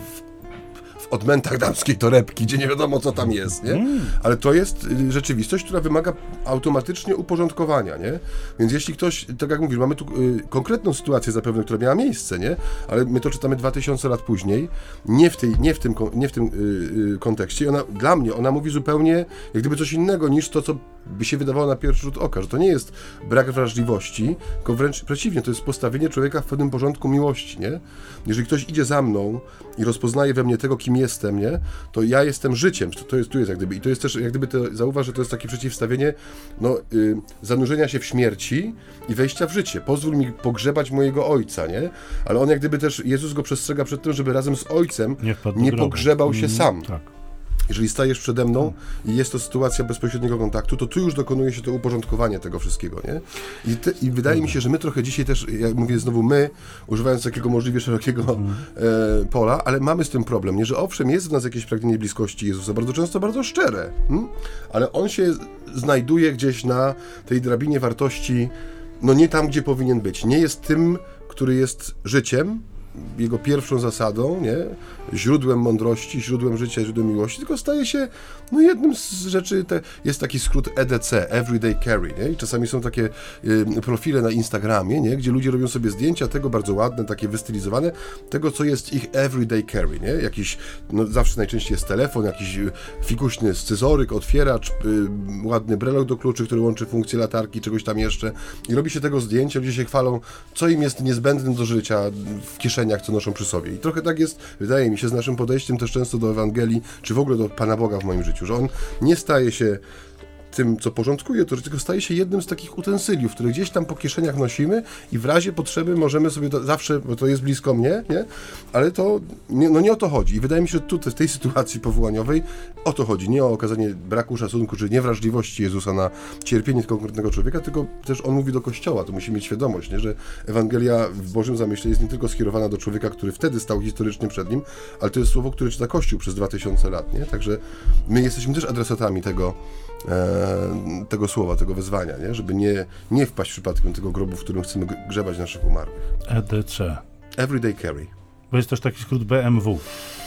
w odmętach damskiej torebki, gdzie nie wiadomo, co tam jest, nie? Ale to jest rzeczywistość, która wymaga automatycznie uporządkowania, nie? Więc jeśli ktoś, tak jak mówisz, mamy tu y, konkretną sytuację zapewne, która miała miejsce, nie? Ale my to czytamy dwa tysiące lat później, nie w, tej, nie w tym, nie w tym y, y, kontekście. I ona, dla mnie ona mówi zupełnie jak gdyby coś innego niż to, co by się wydawało na pierwszy rzut oka, że to nie jest brak wrażliwości, tylko wręcz przeciwnie, to jest postawienie człowieka w pewnym porządku miłości, nie? Jeżeli ktoś idzie za mną i rozpoznaje we mnie tego, kim jestem, nie? To ja jestem życiem, to, to jest, tu jest jak gdyby, i to jest też, jak gdyby, to, zauważ, że to jest takie przeciwstawienie, no, y, zanurzenia się w śmierci i wejścia w życie. Pozwól mi pogrzebać mojego ojca, nie? Ale on jak gdyby też, Jezus go przestrzega przed tym, żeby razem z ojcem nie, nie pogrzebał się mm, sam. Tak. Jeżeli stajesz przede mną i jest to sytuacja bezpośredniego kontaktu, to tu już dokonuje się to uporządkowanie tego wszystkiego, nie? I, te, i wydaje mi się, że my trochę dzisiaj też, jak mówię znowu my, używając takiego możliwie szerokiego mm. e, pola, ale mamy z tym problem, nie? Że owszem, jest w nas jakieś pragnienie bliskości Jezusa, bardzo często bardzo szczere, hm? Ale on się znajduje gdzieś na tej drabinie wartości, no nie tam, gdzie powinien być. Nie jest tym, który jest życiem, jego pierwszą zasadą, nie? Źródłem mądrości, źródłem życia, źródłem miłości, tylko staje się no jednym z rzeczy, te, jest taki skrót E D C, Everyday Carry, nie? I czasami są takie y, profile na Instagramie, nie? Gdzie ludzie robią sobie zdjęcia tego, bardzo ładne, takie wystylizowane, tego, co jest ich Everyday Carry, nie? Jakiś, no zawsze najczęściej jest telefon, jakiś fikuśny scyzoryk, otwieracz, y, ładny brelok do kluczy, który łączy funkcję latarki, czegoś tam jeszcze i robi się tego zdjęcia, ludzie się chwalą, co im jest niezbędne do życia w kieszeniach, co noszą przy sobie. I trochę tak jest, wydaje mi się, z naszym podejściem też często do Ewangelii, czy w ogóle do Pana Boga w moim życiu, że On nie staje się tym, co porządkuje to, że tylko staje się jednym z takich utensyliów, które gdzieś tam po kieszeniach nosimy i w razie potrzeby możemy sobie to zawsze, bo to jest blisko mnie, nie? Ale to, nie, no nie o to chodzi. I wydaje mi się, że tutaj, w tej sytuacji powołaniowej o to chodzi. Nie o okazanie braku szacunku, czy niewrażliwości Jezusa na cierpienie konkretnego człowieka, tylko też On mówi do Kościoła, to musimy mieć świadomość, nie? Że Ewangelia w Bożym zamyśle jest nie tylko skierowana do człowieka, który wtedy stał historycznie przed Nim, ale to jest słowo, które czyta Kościół przez dwa tysiące lat, nie? Także my jesteśmy też adresatami tego, e, tego słowa, tego wezwania, nie? Żeby nie, nie wpaść przypadkiem tego grobu, w którym chcemy grzebać naszych umarłych. E D C. Everyday Carry. Bo jest też taki skrót B M W.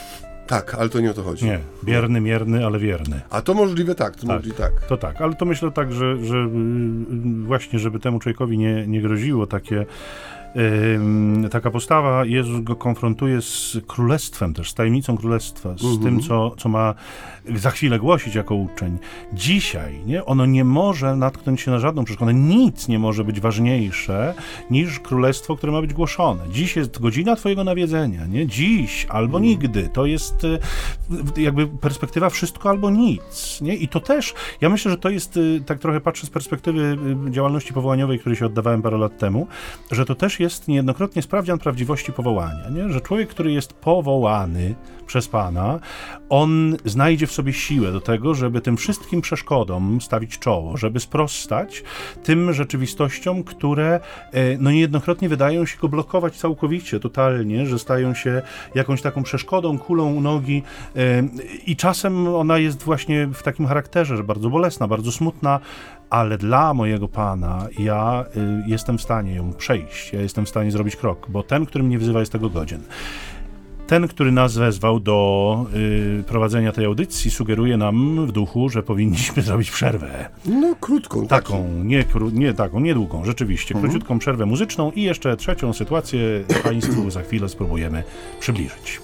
Tak, ale to nie o to chodzi. Nie, bierny, mierny, ale wierny. A to możliwe tak, to tak, możliwe tak. To tak, ale to myślę tak, że, że właśnie, żeby temu człowiekowi nie, nie groziło takie Yy, taka postawa, Jezus go konfrontuje z królestwem też, z tajemnicą królestwa, z mm-hmm. tym, co, co ma za chwilę głosić jako uczeń. Dzisiaj, nie? Ono nie może natknąć się na żadną przeszkodę. Nic nie może być ważniejsze niż królestwo, które ma być głoszone. Dziś jest godzina twojego nawiedzenia, nie? Dziś albo mm. nigdy. To jest jakby perspektywa wszystko albo nic, nie? I to też, ja myślę, że to jest, tak trochę patrzę z perspektywy działalności powołaniowej, której się oddawałem parę lat temu, że to też jest jest niejednokrotnie sprawdzian prawdziwości powołania, nie? Że człowiek, który jest powołany przez Pana, on znajdzie w sobie siłę do tego, żeby tym wszystkim przeszkodom stawić czoło, żeby sprostać tym rzeczywistościom, które no niejednokrotnie wydają się go blokować całkowicie, totalnie, że stają się jakąś taką przeszkodą, kulą u nogi i czasem ona jest właśnie w takim charakterze, że bardzo bolesna, bardzo smutna, ale dla mojego Pana ja y, jestem w stanie ją przejść, ja jestem w stanie zrobić krok, bo ten, który mnie wzywa, jest tego godzien. Ten, który nas wezwał do y, prowadzenia tej audycji, sugeruje nam w duchu, że powinniśmy zrobić przerwę. No, krótką. Taką, nie, kró, nie taką, niedługą, rzeczywiście. Mhm. Króciutką przerwę muzyczną i jeszcze trzecią sytuację Państwu za chwilę spróbujemy przybliżyć.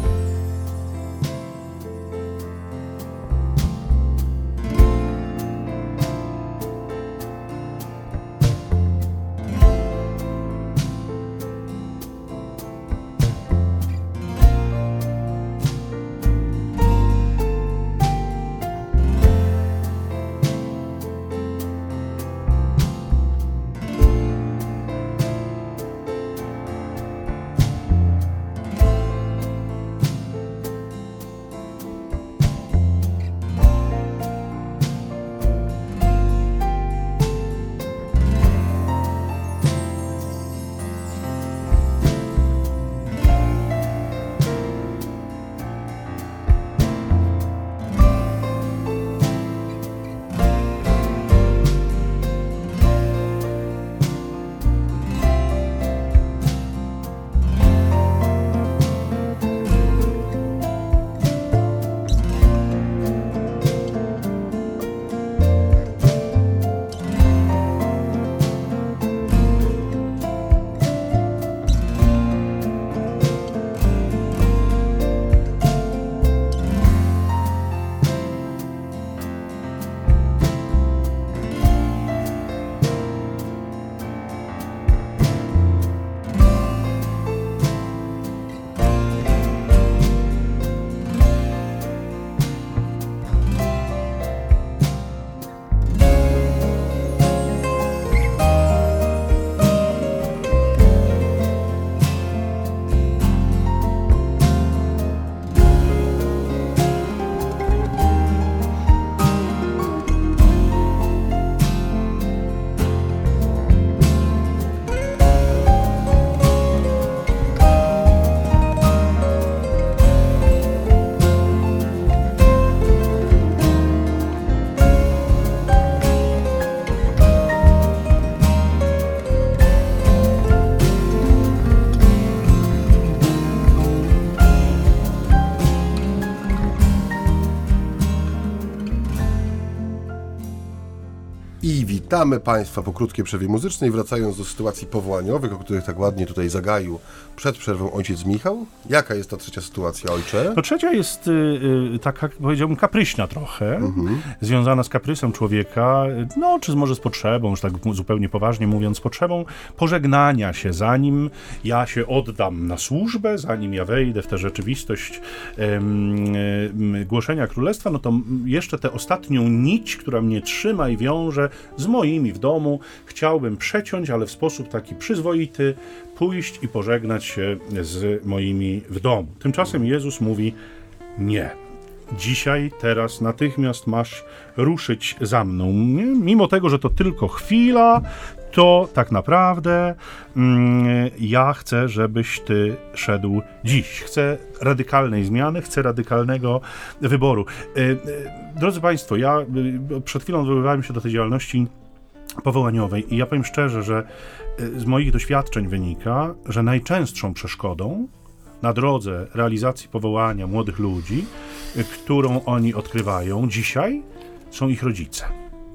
I witamy Państwa po krótkiej przerwie muzycznej, wracając do sytuacji powołaniowych, o których tak ładnie tutaj zagaił przed przerwą ojciec Michał. Jaka jest ta trzecia sytuacja, ojcze? No trzecia jest y, taka, powiedziałbym, kapryśna trochę, mhm. związana z kaprysem człowieka, no czy może z potrzebą, już tak zupełnie poważnie mówiąc, z potrzebą pożegnania się, zanim ja się oddam na służbę, zanim ja wejdę w tę rzeczywistość ym, ym, głoszenia królestwa, no to jeszcze tę ostatnią nić, która mnie trzyma i wiąże z moimi w domu, chciałbym przeciąć, ale w sposób taki przyzwoity, pójść i pożegnać się z moimi w domu. Tymczasem Jezus mówi: nie. Dzisiaj, teraz, natychmiast masz ruszyć za mną. Mimo tego, że to tylko chwila, to tak naprawdę mm, ja chcę, żebyś ty szedł dziś. Chcę radykalnej zmiany, chcę radykalnego wyboru. E, e, drodzy Państwo, ja e, przed chwilą odwoływałem się do tej działalności powołaniowej i ja powiem szczerze, że e, z moich doświadczeń wynika, że najczęstszą przeszkodą na drodze realizacji powołania młodych ludzi, e, którą oni odkrywają dzisiaj, są ich rodzice.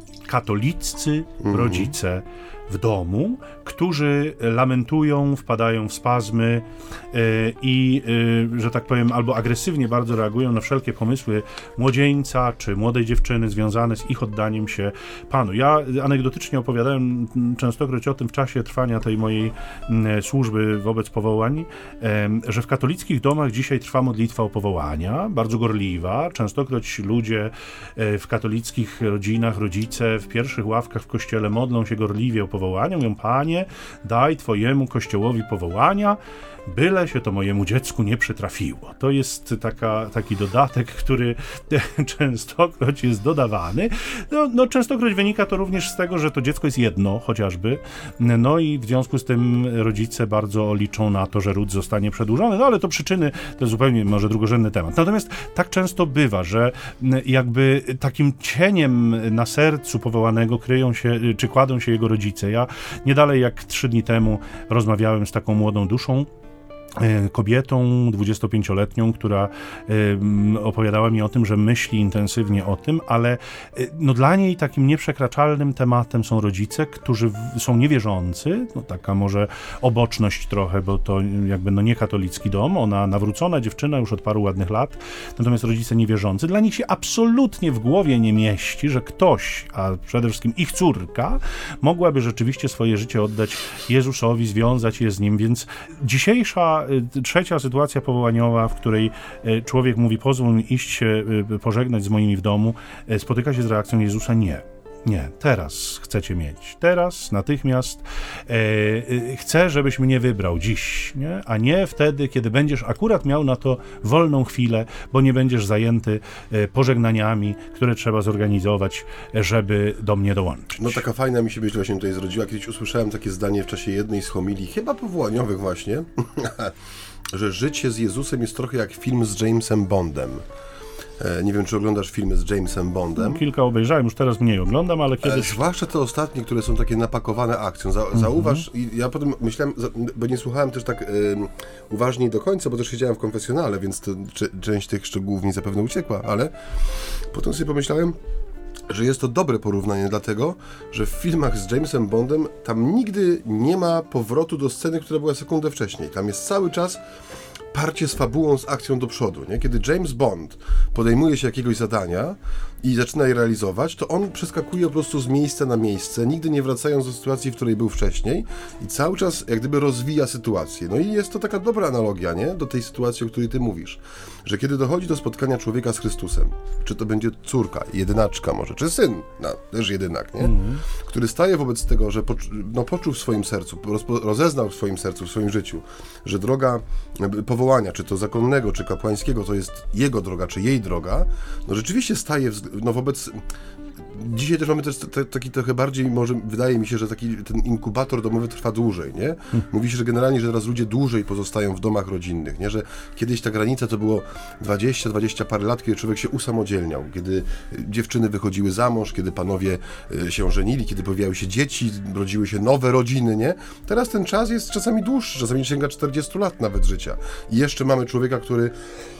Katoliccy rodzice w domu, którzy lamentują, wpadają w spazmy yy, i, yy, że tak powiem, albo agresywnie bardzo reagują na wszelkie pomysły młodzieńca czy młodej dziewczyny związane z ich oddaniem się Panu. Ja anegdotycznie opowiadałem częstokroć o tym w czasie trwania tej mojej yy, służby wobec powołań, yy, że w katolickich domach dzisiaj trwa modlitwa o powołania, bardzo gorliwa. Częstokroć ludzie yy, w katolickich rodzinach, rodzice w pierwszych ławkach w kościele modlą się gorliwie o powołania, powołania, mówią: Panie, daj Twojemu Kościołowi powołania, byle się to mojemu dziecku nie przytrafiło. To jest taka, taki dodatek, który częstokroć jest dodawany. No, no częstokroć wynika to również z tego, że to dziecko jest jedno chociażby, no i w związku z tym rodzice bardzo liczą na to, że ród zostanie przedłużony, no ale to przyczyny, to jest zupełnie może drugorzędny temat. Natomiast tak często bywa, że jakby takim cieniem na sercu powołanego kryją się, czy kładą się jego rodzice. Ja nie dalej jak trzy dni temu rozmawiałem z taką młodą duszą, kobietą dwudziestopięcioletnią, która y, opowiadała mi o tym, że myśli intensywnie o tym, ale y, no, dla niej takim nieprzekraczalnym tematem są rodzice, którzy w, są niewierzący, no, taka może oboczność trochę, bo to jakby no, nie katolicki dom, ona nawrócona dziewczyna już od paru ładnych lat, natomiast rodzice niewierzący. Dla nich się absolutnie w głowie nie mieści, że ktoś, a przede wszystkim ich córka, mogłaby rzeczywiście swoje życie oddać Jezusowi, związać je z Nim, więc dzisiejsza trzecia sytuacja powołaniowa, w której człowiek mówi: pozwól mi iść się pożegnać z moimi w domu, spotyka się z reakcją Jezusa: nie. Nie, teraz chcecie mieć, teraz, natychmiast e, e, chcę, żebyś mnie wybrał dziś, nie? A nie wtedy, kiedy będziesz akurat miał na to wolną chwilę, bo nie będziesz zajęty e, pożegnaniami, które trzeba zorganizować, żeby do mnie dołączyć. No taka fajna mi się myśl właśnie tutaj zrodziła. Kiedyś usłyszałem takie zdanie w czasie jednej z homilii, chyba powołaniowych właśnie, że życie z Jezusem jest trochę jak film z Jamesem Bondem. Nie wiem, czy oglądasz filmy z Jamesem Bondem. No, kilka obejrzałem, już teraz mniej oglądam, ale kiedyś... E, zwłaszcza te ostatnie, które są takie napakowane akcją. Za, mm-hmm. Zauważ, i ja potem myślałem, bo nie słuchałem też tak y, uważniej do końca, bo też siedziałem w konfesjonale, więc to, czy, część tych szczegółów mi zapewne uciekła, ale potem sobie pomyślałem, że jest to dobre porównanie, dlatego, że w filmach z Jamesem Bondem tam nigdy nie ma powrotu do sceny, która była sekundę wcześniej. Tam jest cały czas parcie z fabułą, z akcją do przodu, nie? Kiedy James Bond podejmuje się jakiegoś zadania i zaczyna je realizować, to on przeskakuje po prostu z miejsca na miejsce, nigdy nie wracając do sytuacji, w której był wcześniej i cały czas jak gdyby rozwija sytuację. No i jest to taka dobra analogia, nie? Do tej sytuacji, o której ty mówisz, że kiedy dochodzi do spotkania człowieka z Chrystusem, czy to będzie córka, jedynaczka może, czy syn, no, też jedynak, nie? Mm-hmm. Który staje wobec tego, że poczu- no, poczuł w swoim sercu, rozpo- rozeznał w swoim sercu, w swoim życiu, że droga powołania, czy to zakonnego, czy kapłańskiego, to jest jego droga, czy jej droga, no rzeczywiście staje w, no wobec... Dzisiaj też mamy też t- taki trochę bardziej, może wydaje mi się, że taki ten inkubator domowy trwa dłużej, nie? Mówi się, że generalnie, że teraz ludzie dłużej pozostają w domach rodzinnych, nie? Że kiedyś ta granica to było dwadzieścia, dwadzieścia parę lat, kiedy człowiek się usamodzielniał, kiedy dziewczyny wychodziły za mąż, kiedy panowie się żenili, kiedy pojawiały się dzieci, rodziły się nowe rodziny, nie? Teraz ten czas jest czasami dłuższy, czasami sięga czterdziestu lat nawet życia. I jeszcze mamy człowieka, który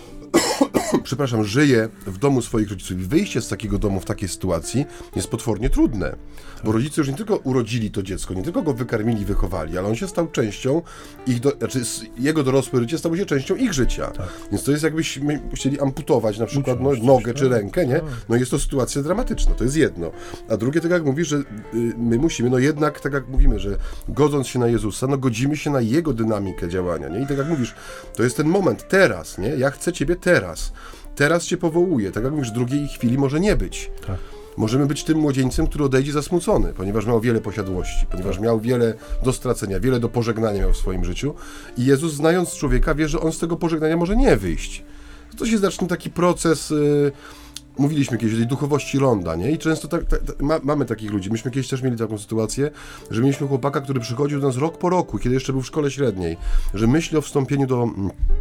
przepraszam, żyje w domu swoich rodziców i wyjście z takiego domu w takiej sytuacji jest potwornie trudne, tak. Bo rodzice już nie tylko urodzili to dziecko, nie tylko go wykarmili, wychowali, ale on się stał częścią ich, do, znaczy jego dorosłe życie stało się częścią ich życia, tak. Więc to jest jakbyśmy chcieli amputować na przykład no, nogę czy rękę, nie? No jest to sytuacja dramatyczna, to jest jedno. A drugie, tak jak mówisz, że y, my musimy, no jednak, tak jak mówimy, że godząc się na Jezusa, no godzimy się na Jego dynamikę działania, nie? I tak jak mówisz, to jest ten moment, teraz, nie? Ja chcę Ciebie teraz. Teraz Cię powołuję. Tak jak mówisz, drugiej chwili może nie być. Tak. Możemy być tym młodzieńcem, który odejdzie zasmucony, ponieważ miał wiele posiadłości, ponieważ tak. miał wiele do stracenia, wiele do pożegnania miał w swoim życiu. I Jezus, znając człowieka, wie, że on z tego pożegnania może nie wyjść. To się zacznie taki proces... Yy, Mówiliśmy kiedyś o tej duchowości ronda, nie? I często tak, tak, tak, ma, mamy takich ludzi. Myśmy kiedyś też mieli taką sytuację, że mieliśmy chłopaka, który przychodził do nas rok po roku, kiedy jeszcze był w szkole średniej, że myśli o wstąpieniu do,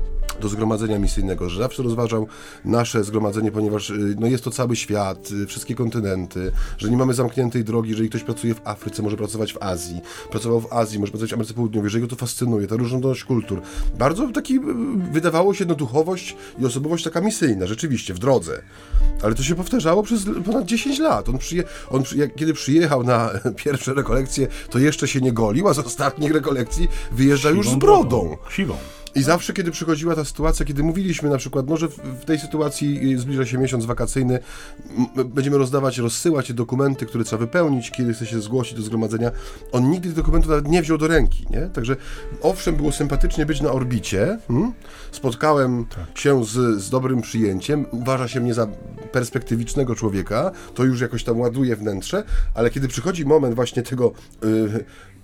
do zgromadzenia misyjnego, że zawsze rozważał nasze zgromadzenie, ponieważ no, jest to cały świat, wszystkie kontynenty, że nie mamy zamkniętej drogi, jeżeli ktoś pracuje w Afryce, może pracować w Azji, pracował w Azji, może pracować w Ameryce Południowej, że go to fascynuje, ta różnorodność kultur. Bardzo taki, wydawało się, no duchowość i osobowość taka misyjna, rzeczywiście, w drodze. Ale to się powtarzało przez ponad dziesięć lat. On, przyje, on przy, kiedy przyjechał na pierwsze rekolekcje, to jeszcze się nie golił, a z ostatnich rekolekcji wyjeżdża już z brodą. Siwą. I zawsze, kiedy przychodziła ta sytuacja, kiedy mówiliśmy na przykład, no, że w, w tej sytuacji zbliża się miesiąc wakacyjny, m, będziemy rozdawać, rozsyłać dokumenty, które trzeba wypełnić, kiedy chce się zgłosić do zgromadzenia, on nigdy tych dokumentów nawet nie wziął do ręki, nie? Także owszem, było sympatycznie być na orbicie, hmm? Spotkałem tak. się z, z dobrym przyjęciem, uważa się mnie za perspektywicznego człowieka, to już jakoś tam ładuje wnętrze, ale kiedy przychodzi moment właśnie tego yy,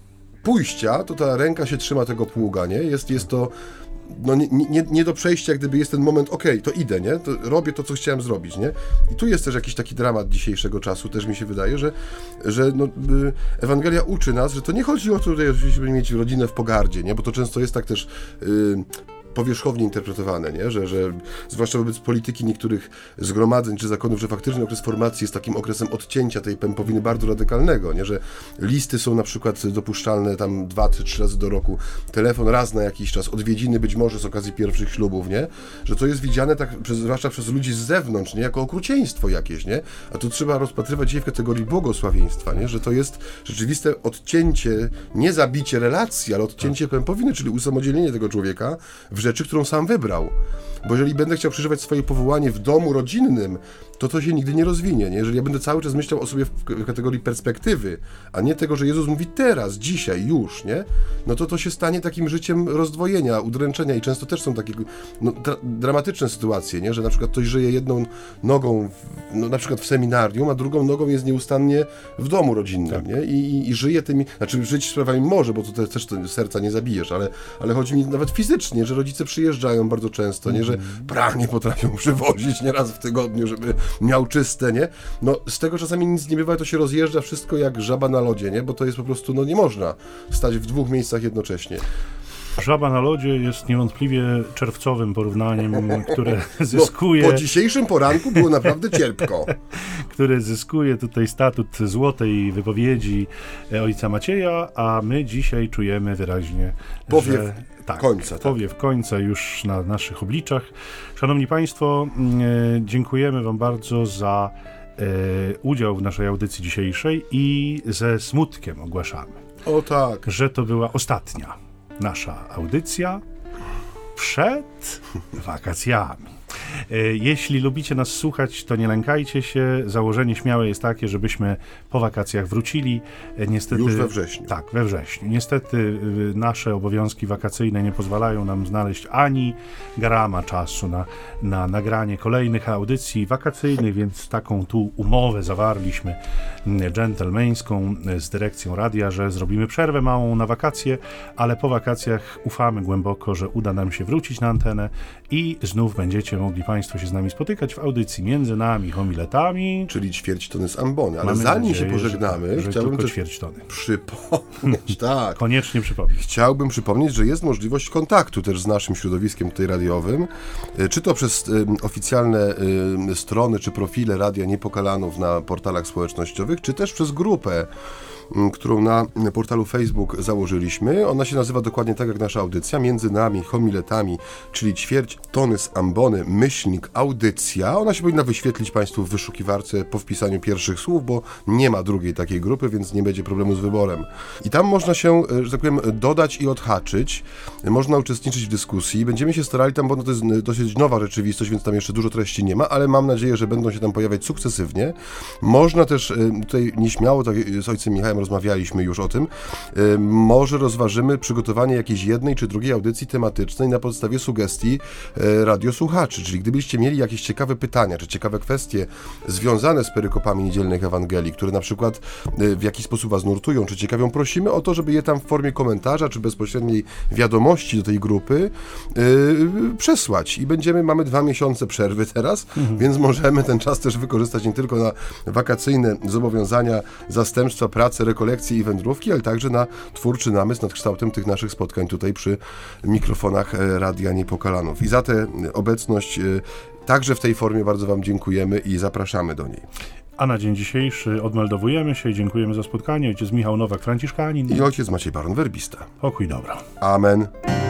pójścia, to ta ręka się trzyma tego pługa, nie? Jest, jest to no, nie, nie, nie do przejścia, jak gdyby jest ten moment, okej, okay, to idę, nie? To robię to, co chciałem zrobić, nie? I tu jest też jakiś taki dramat dzisiejszego czasu, też mi się wydaje, że, że no, Ewangelia uczy nas, że to nie chodzi o to, żeby mieć rodzinę w pogardzie, nie? Bo to często jest tak też... Yy, powierzchownie interpretowane, nie? Że, że zwłaszcza wobec polityki niektórych zgromadzeń czy zakonów, że faktycznie okres formacji jest takim okresem odcięcia tej pępowiny bardzo radykalnego, nie? Że listy są na przykład dopuszczalne tam dwa, trzy, trzy razy do roku, telefon raz na jakiś czas, odwiedziny być może z okazji pierwszych ślubów, nie? Że to jest widziane tak, przez, zwłaszcza przez ludzi z zewnątrz, nie? Jako okrucieństwo jakieś, nie? A tu trzeba rozpatrywać dzisiaj w kategorii błogosławieństwa, nie? Że to jest rzeczywiste odcięcie, nie zabicie relacji, ale odcięcie pępowiny, czyli usamodzielnienie tego człowieka w rzeczy, którą sam wybrał. Bo jeżeli będę chciał przeżywać swoje powołanie w domu rodzinnym, to to się nigdy nie rozwinie, nie? Jeżeli ja będę cały czas myślał o sobie w kategorii perspektywy, a nie tego, że Jezus mówi teraz, dzisiaj, już, nie? No to to się stanie takim życiem rozdwojenia, udręczenia i często też są takie no, dra- dramatyczne sytuacje, nie? Że na przykład ktoś żyje jedną nogą, w, no, na przykład w seminarium, a drugą nogą jest nieustannie w domu rodzinnym, tak. nie? I, i, I żyje tymi, znaczy żyć sprawami może, bo to też to serca nie zabijesz, ale, ale chodzi mi nawet fizycznie, że rodzice przyjeżdżają bardzo często, nie? Że pranie potrafią przywozić nieraz w tygodniu, żeby miał czyste, nie? No z tego czasami nic nie bywa, to się rozjeżdża wszystko jak żaba na lodzie, nie? Bo to jest po prostu, no nie można stać w dwóch miejscach jednocześnie. Żaba na lodzie jest niewątpliwie czerwcowym porównaniem, które zyskuje... No, po dzisiejszym poranku było naprawdę cierpko. które zyskuje tutaj statut złotej wypowiedzi ojca Macieja, a my dzisiaj czujemy wyraźnie, powiew że... Tak, końca. Tak. Powiew końca już na naszych obliczach. Szanowni Państwo, e, dziękujemy Wam bardzo za e, udział w naszej audycji dzisiejszej i ze smutkiem ogłaszamy, o tak, że to była ostatnia nasza audycja przed wakacjami. Jeśli lubicie nas słuchać, to nie lękajcie się. Założenie śmiałe jest takie, żebyśmy po wakacjach wrócili. Niestety, już we wrześniu. Tak, we wrześniu. Niestety nasze obowiązki wakacyjne nie pozwalają nam znaleźć ani grama czasu na, na nagranie kolejnych audycji wakacyjnych, więc taką tu umowę zawarliśmy dżentelmeńską z dyrekcją radia, że zrobimy przerwę małą na wakacje, ale po wakacjach ufamy głęboko, że uda nam się wrócić na antenę i znów będziecie mogli Państwo się z nami spotykać w audycji Między Nami Homiletami. Czyli ćwierć tony z ambony. Ale Mamy zanim nadzieję, się pożegnamy, że, że chciałbym też ćwierć tony. przypomnieć, tak. Koniecznie przypomnieć. Chciałbym przypomnieć, że jest możliwość kontaktu też z naszym środowiskiem tutaj radiowym, czy to przez y, oficjalne y, strony, czy profile Radia Niepokalanów na portalach społecznościowych, czy też przez grupę, którą na portalu Facebook założyliśmy. Ona się nazywa dokładnie tak jak nasza audycja, Między Nami Homiletami, czyli ćwierć tony z ambony, myślnik, audycja. Ona się powinna wyświetlić Państwu w wyszukiwarce po wpisaniu pierwszych słów, bo nie ma drugiej takiej grupy, więc nie będzie problemu z wyborem. I tam można się, że tak powiem, dodać i odhaczyć. Można uczestniczyć w dyskusji. Będziemy się starali tam, bo to jest dosyć nowa rzeczywistość, więc tam jeszcze dużo treści nie ma, ale mam nadzieję, że będą się tam pojawiać sukcesywnie. Można też tutaj nieśmiało, tak z ojcem Michałem rozmawialiśmy już o tym, może rozważymy przygotowanie jakiejś jednej czy drugiej audycji tematycznej na podstawie sugestii radiosłuchaczy, czyli gdybyście mieli jakieś ciekawe pytania, czy ciekawe kwestie związane z perykopami niedzielnych Ewangelii, które na przykład w jakiś sposób Was nurtują, czy ciekawią, prosimy o to, żeby je tam w formie komentarza, czy bezpośredniej wiadomości do tej grupy yy, przesłać. I będziemy, mamy dwa miesiące przerwy teraz, mhm. więc możemy ten czas też wykorzystać nie tylko na wakacyjne zobowiązania, zastępstwa, pracę, rekolekcje i wędrówki, ale także na twórczy namysł nad kształtem tych naszych spotkań tutaj przy mikrofonach Radia Niepokalanów. I za tę obecność także w tej formie bardzo Wam dziękujemy i zapraszamy do niej. A na dzień dzisiejszy odmeldowujemy się i dziękujemy za spotkanie. Ojciec Michał Nowak, franciszkanin. I ojciec Maciej Baron, werbista. Pokój dobra. Amen.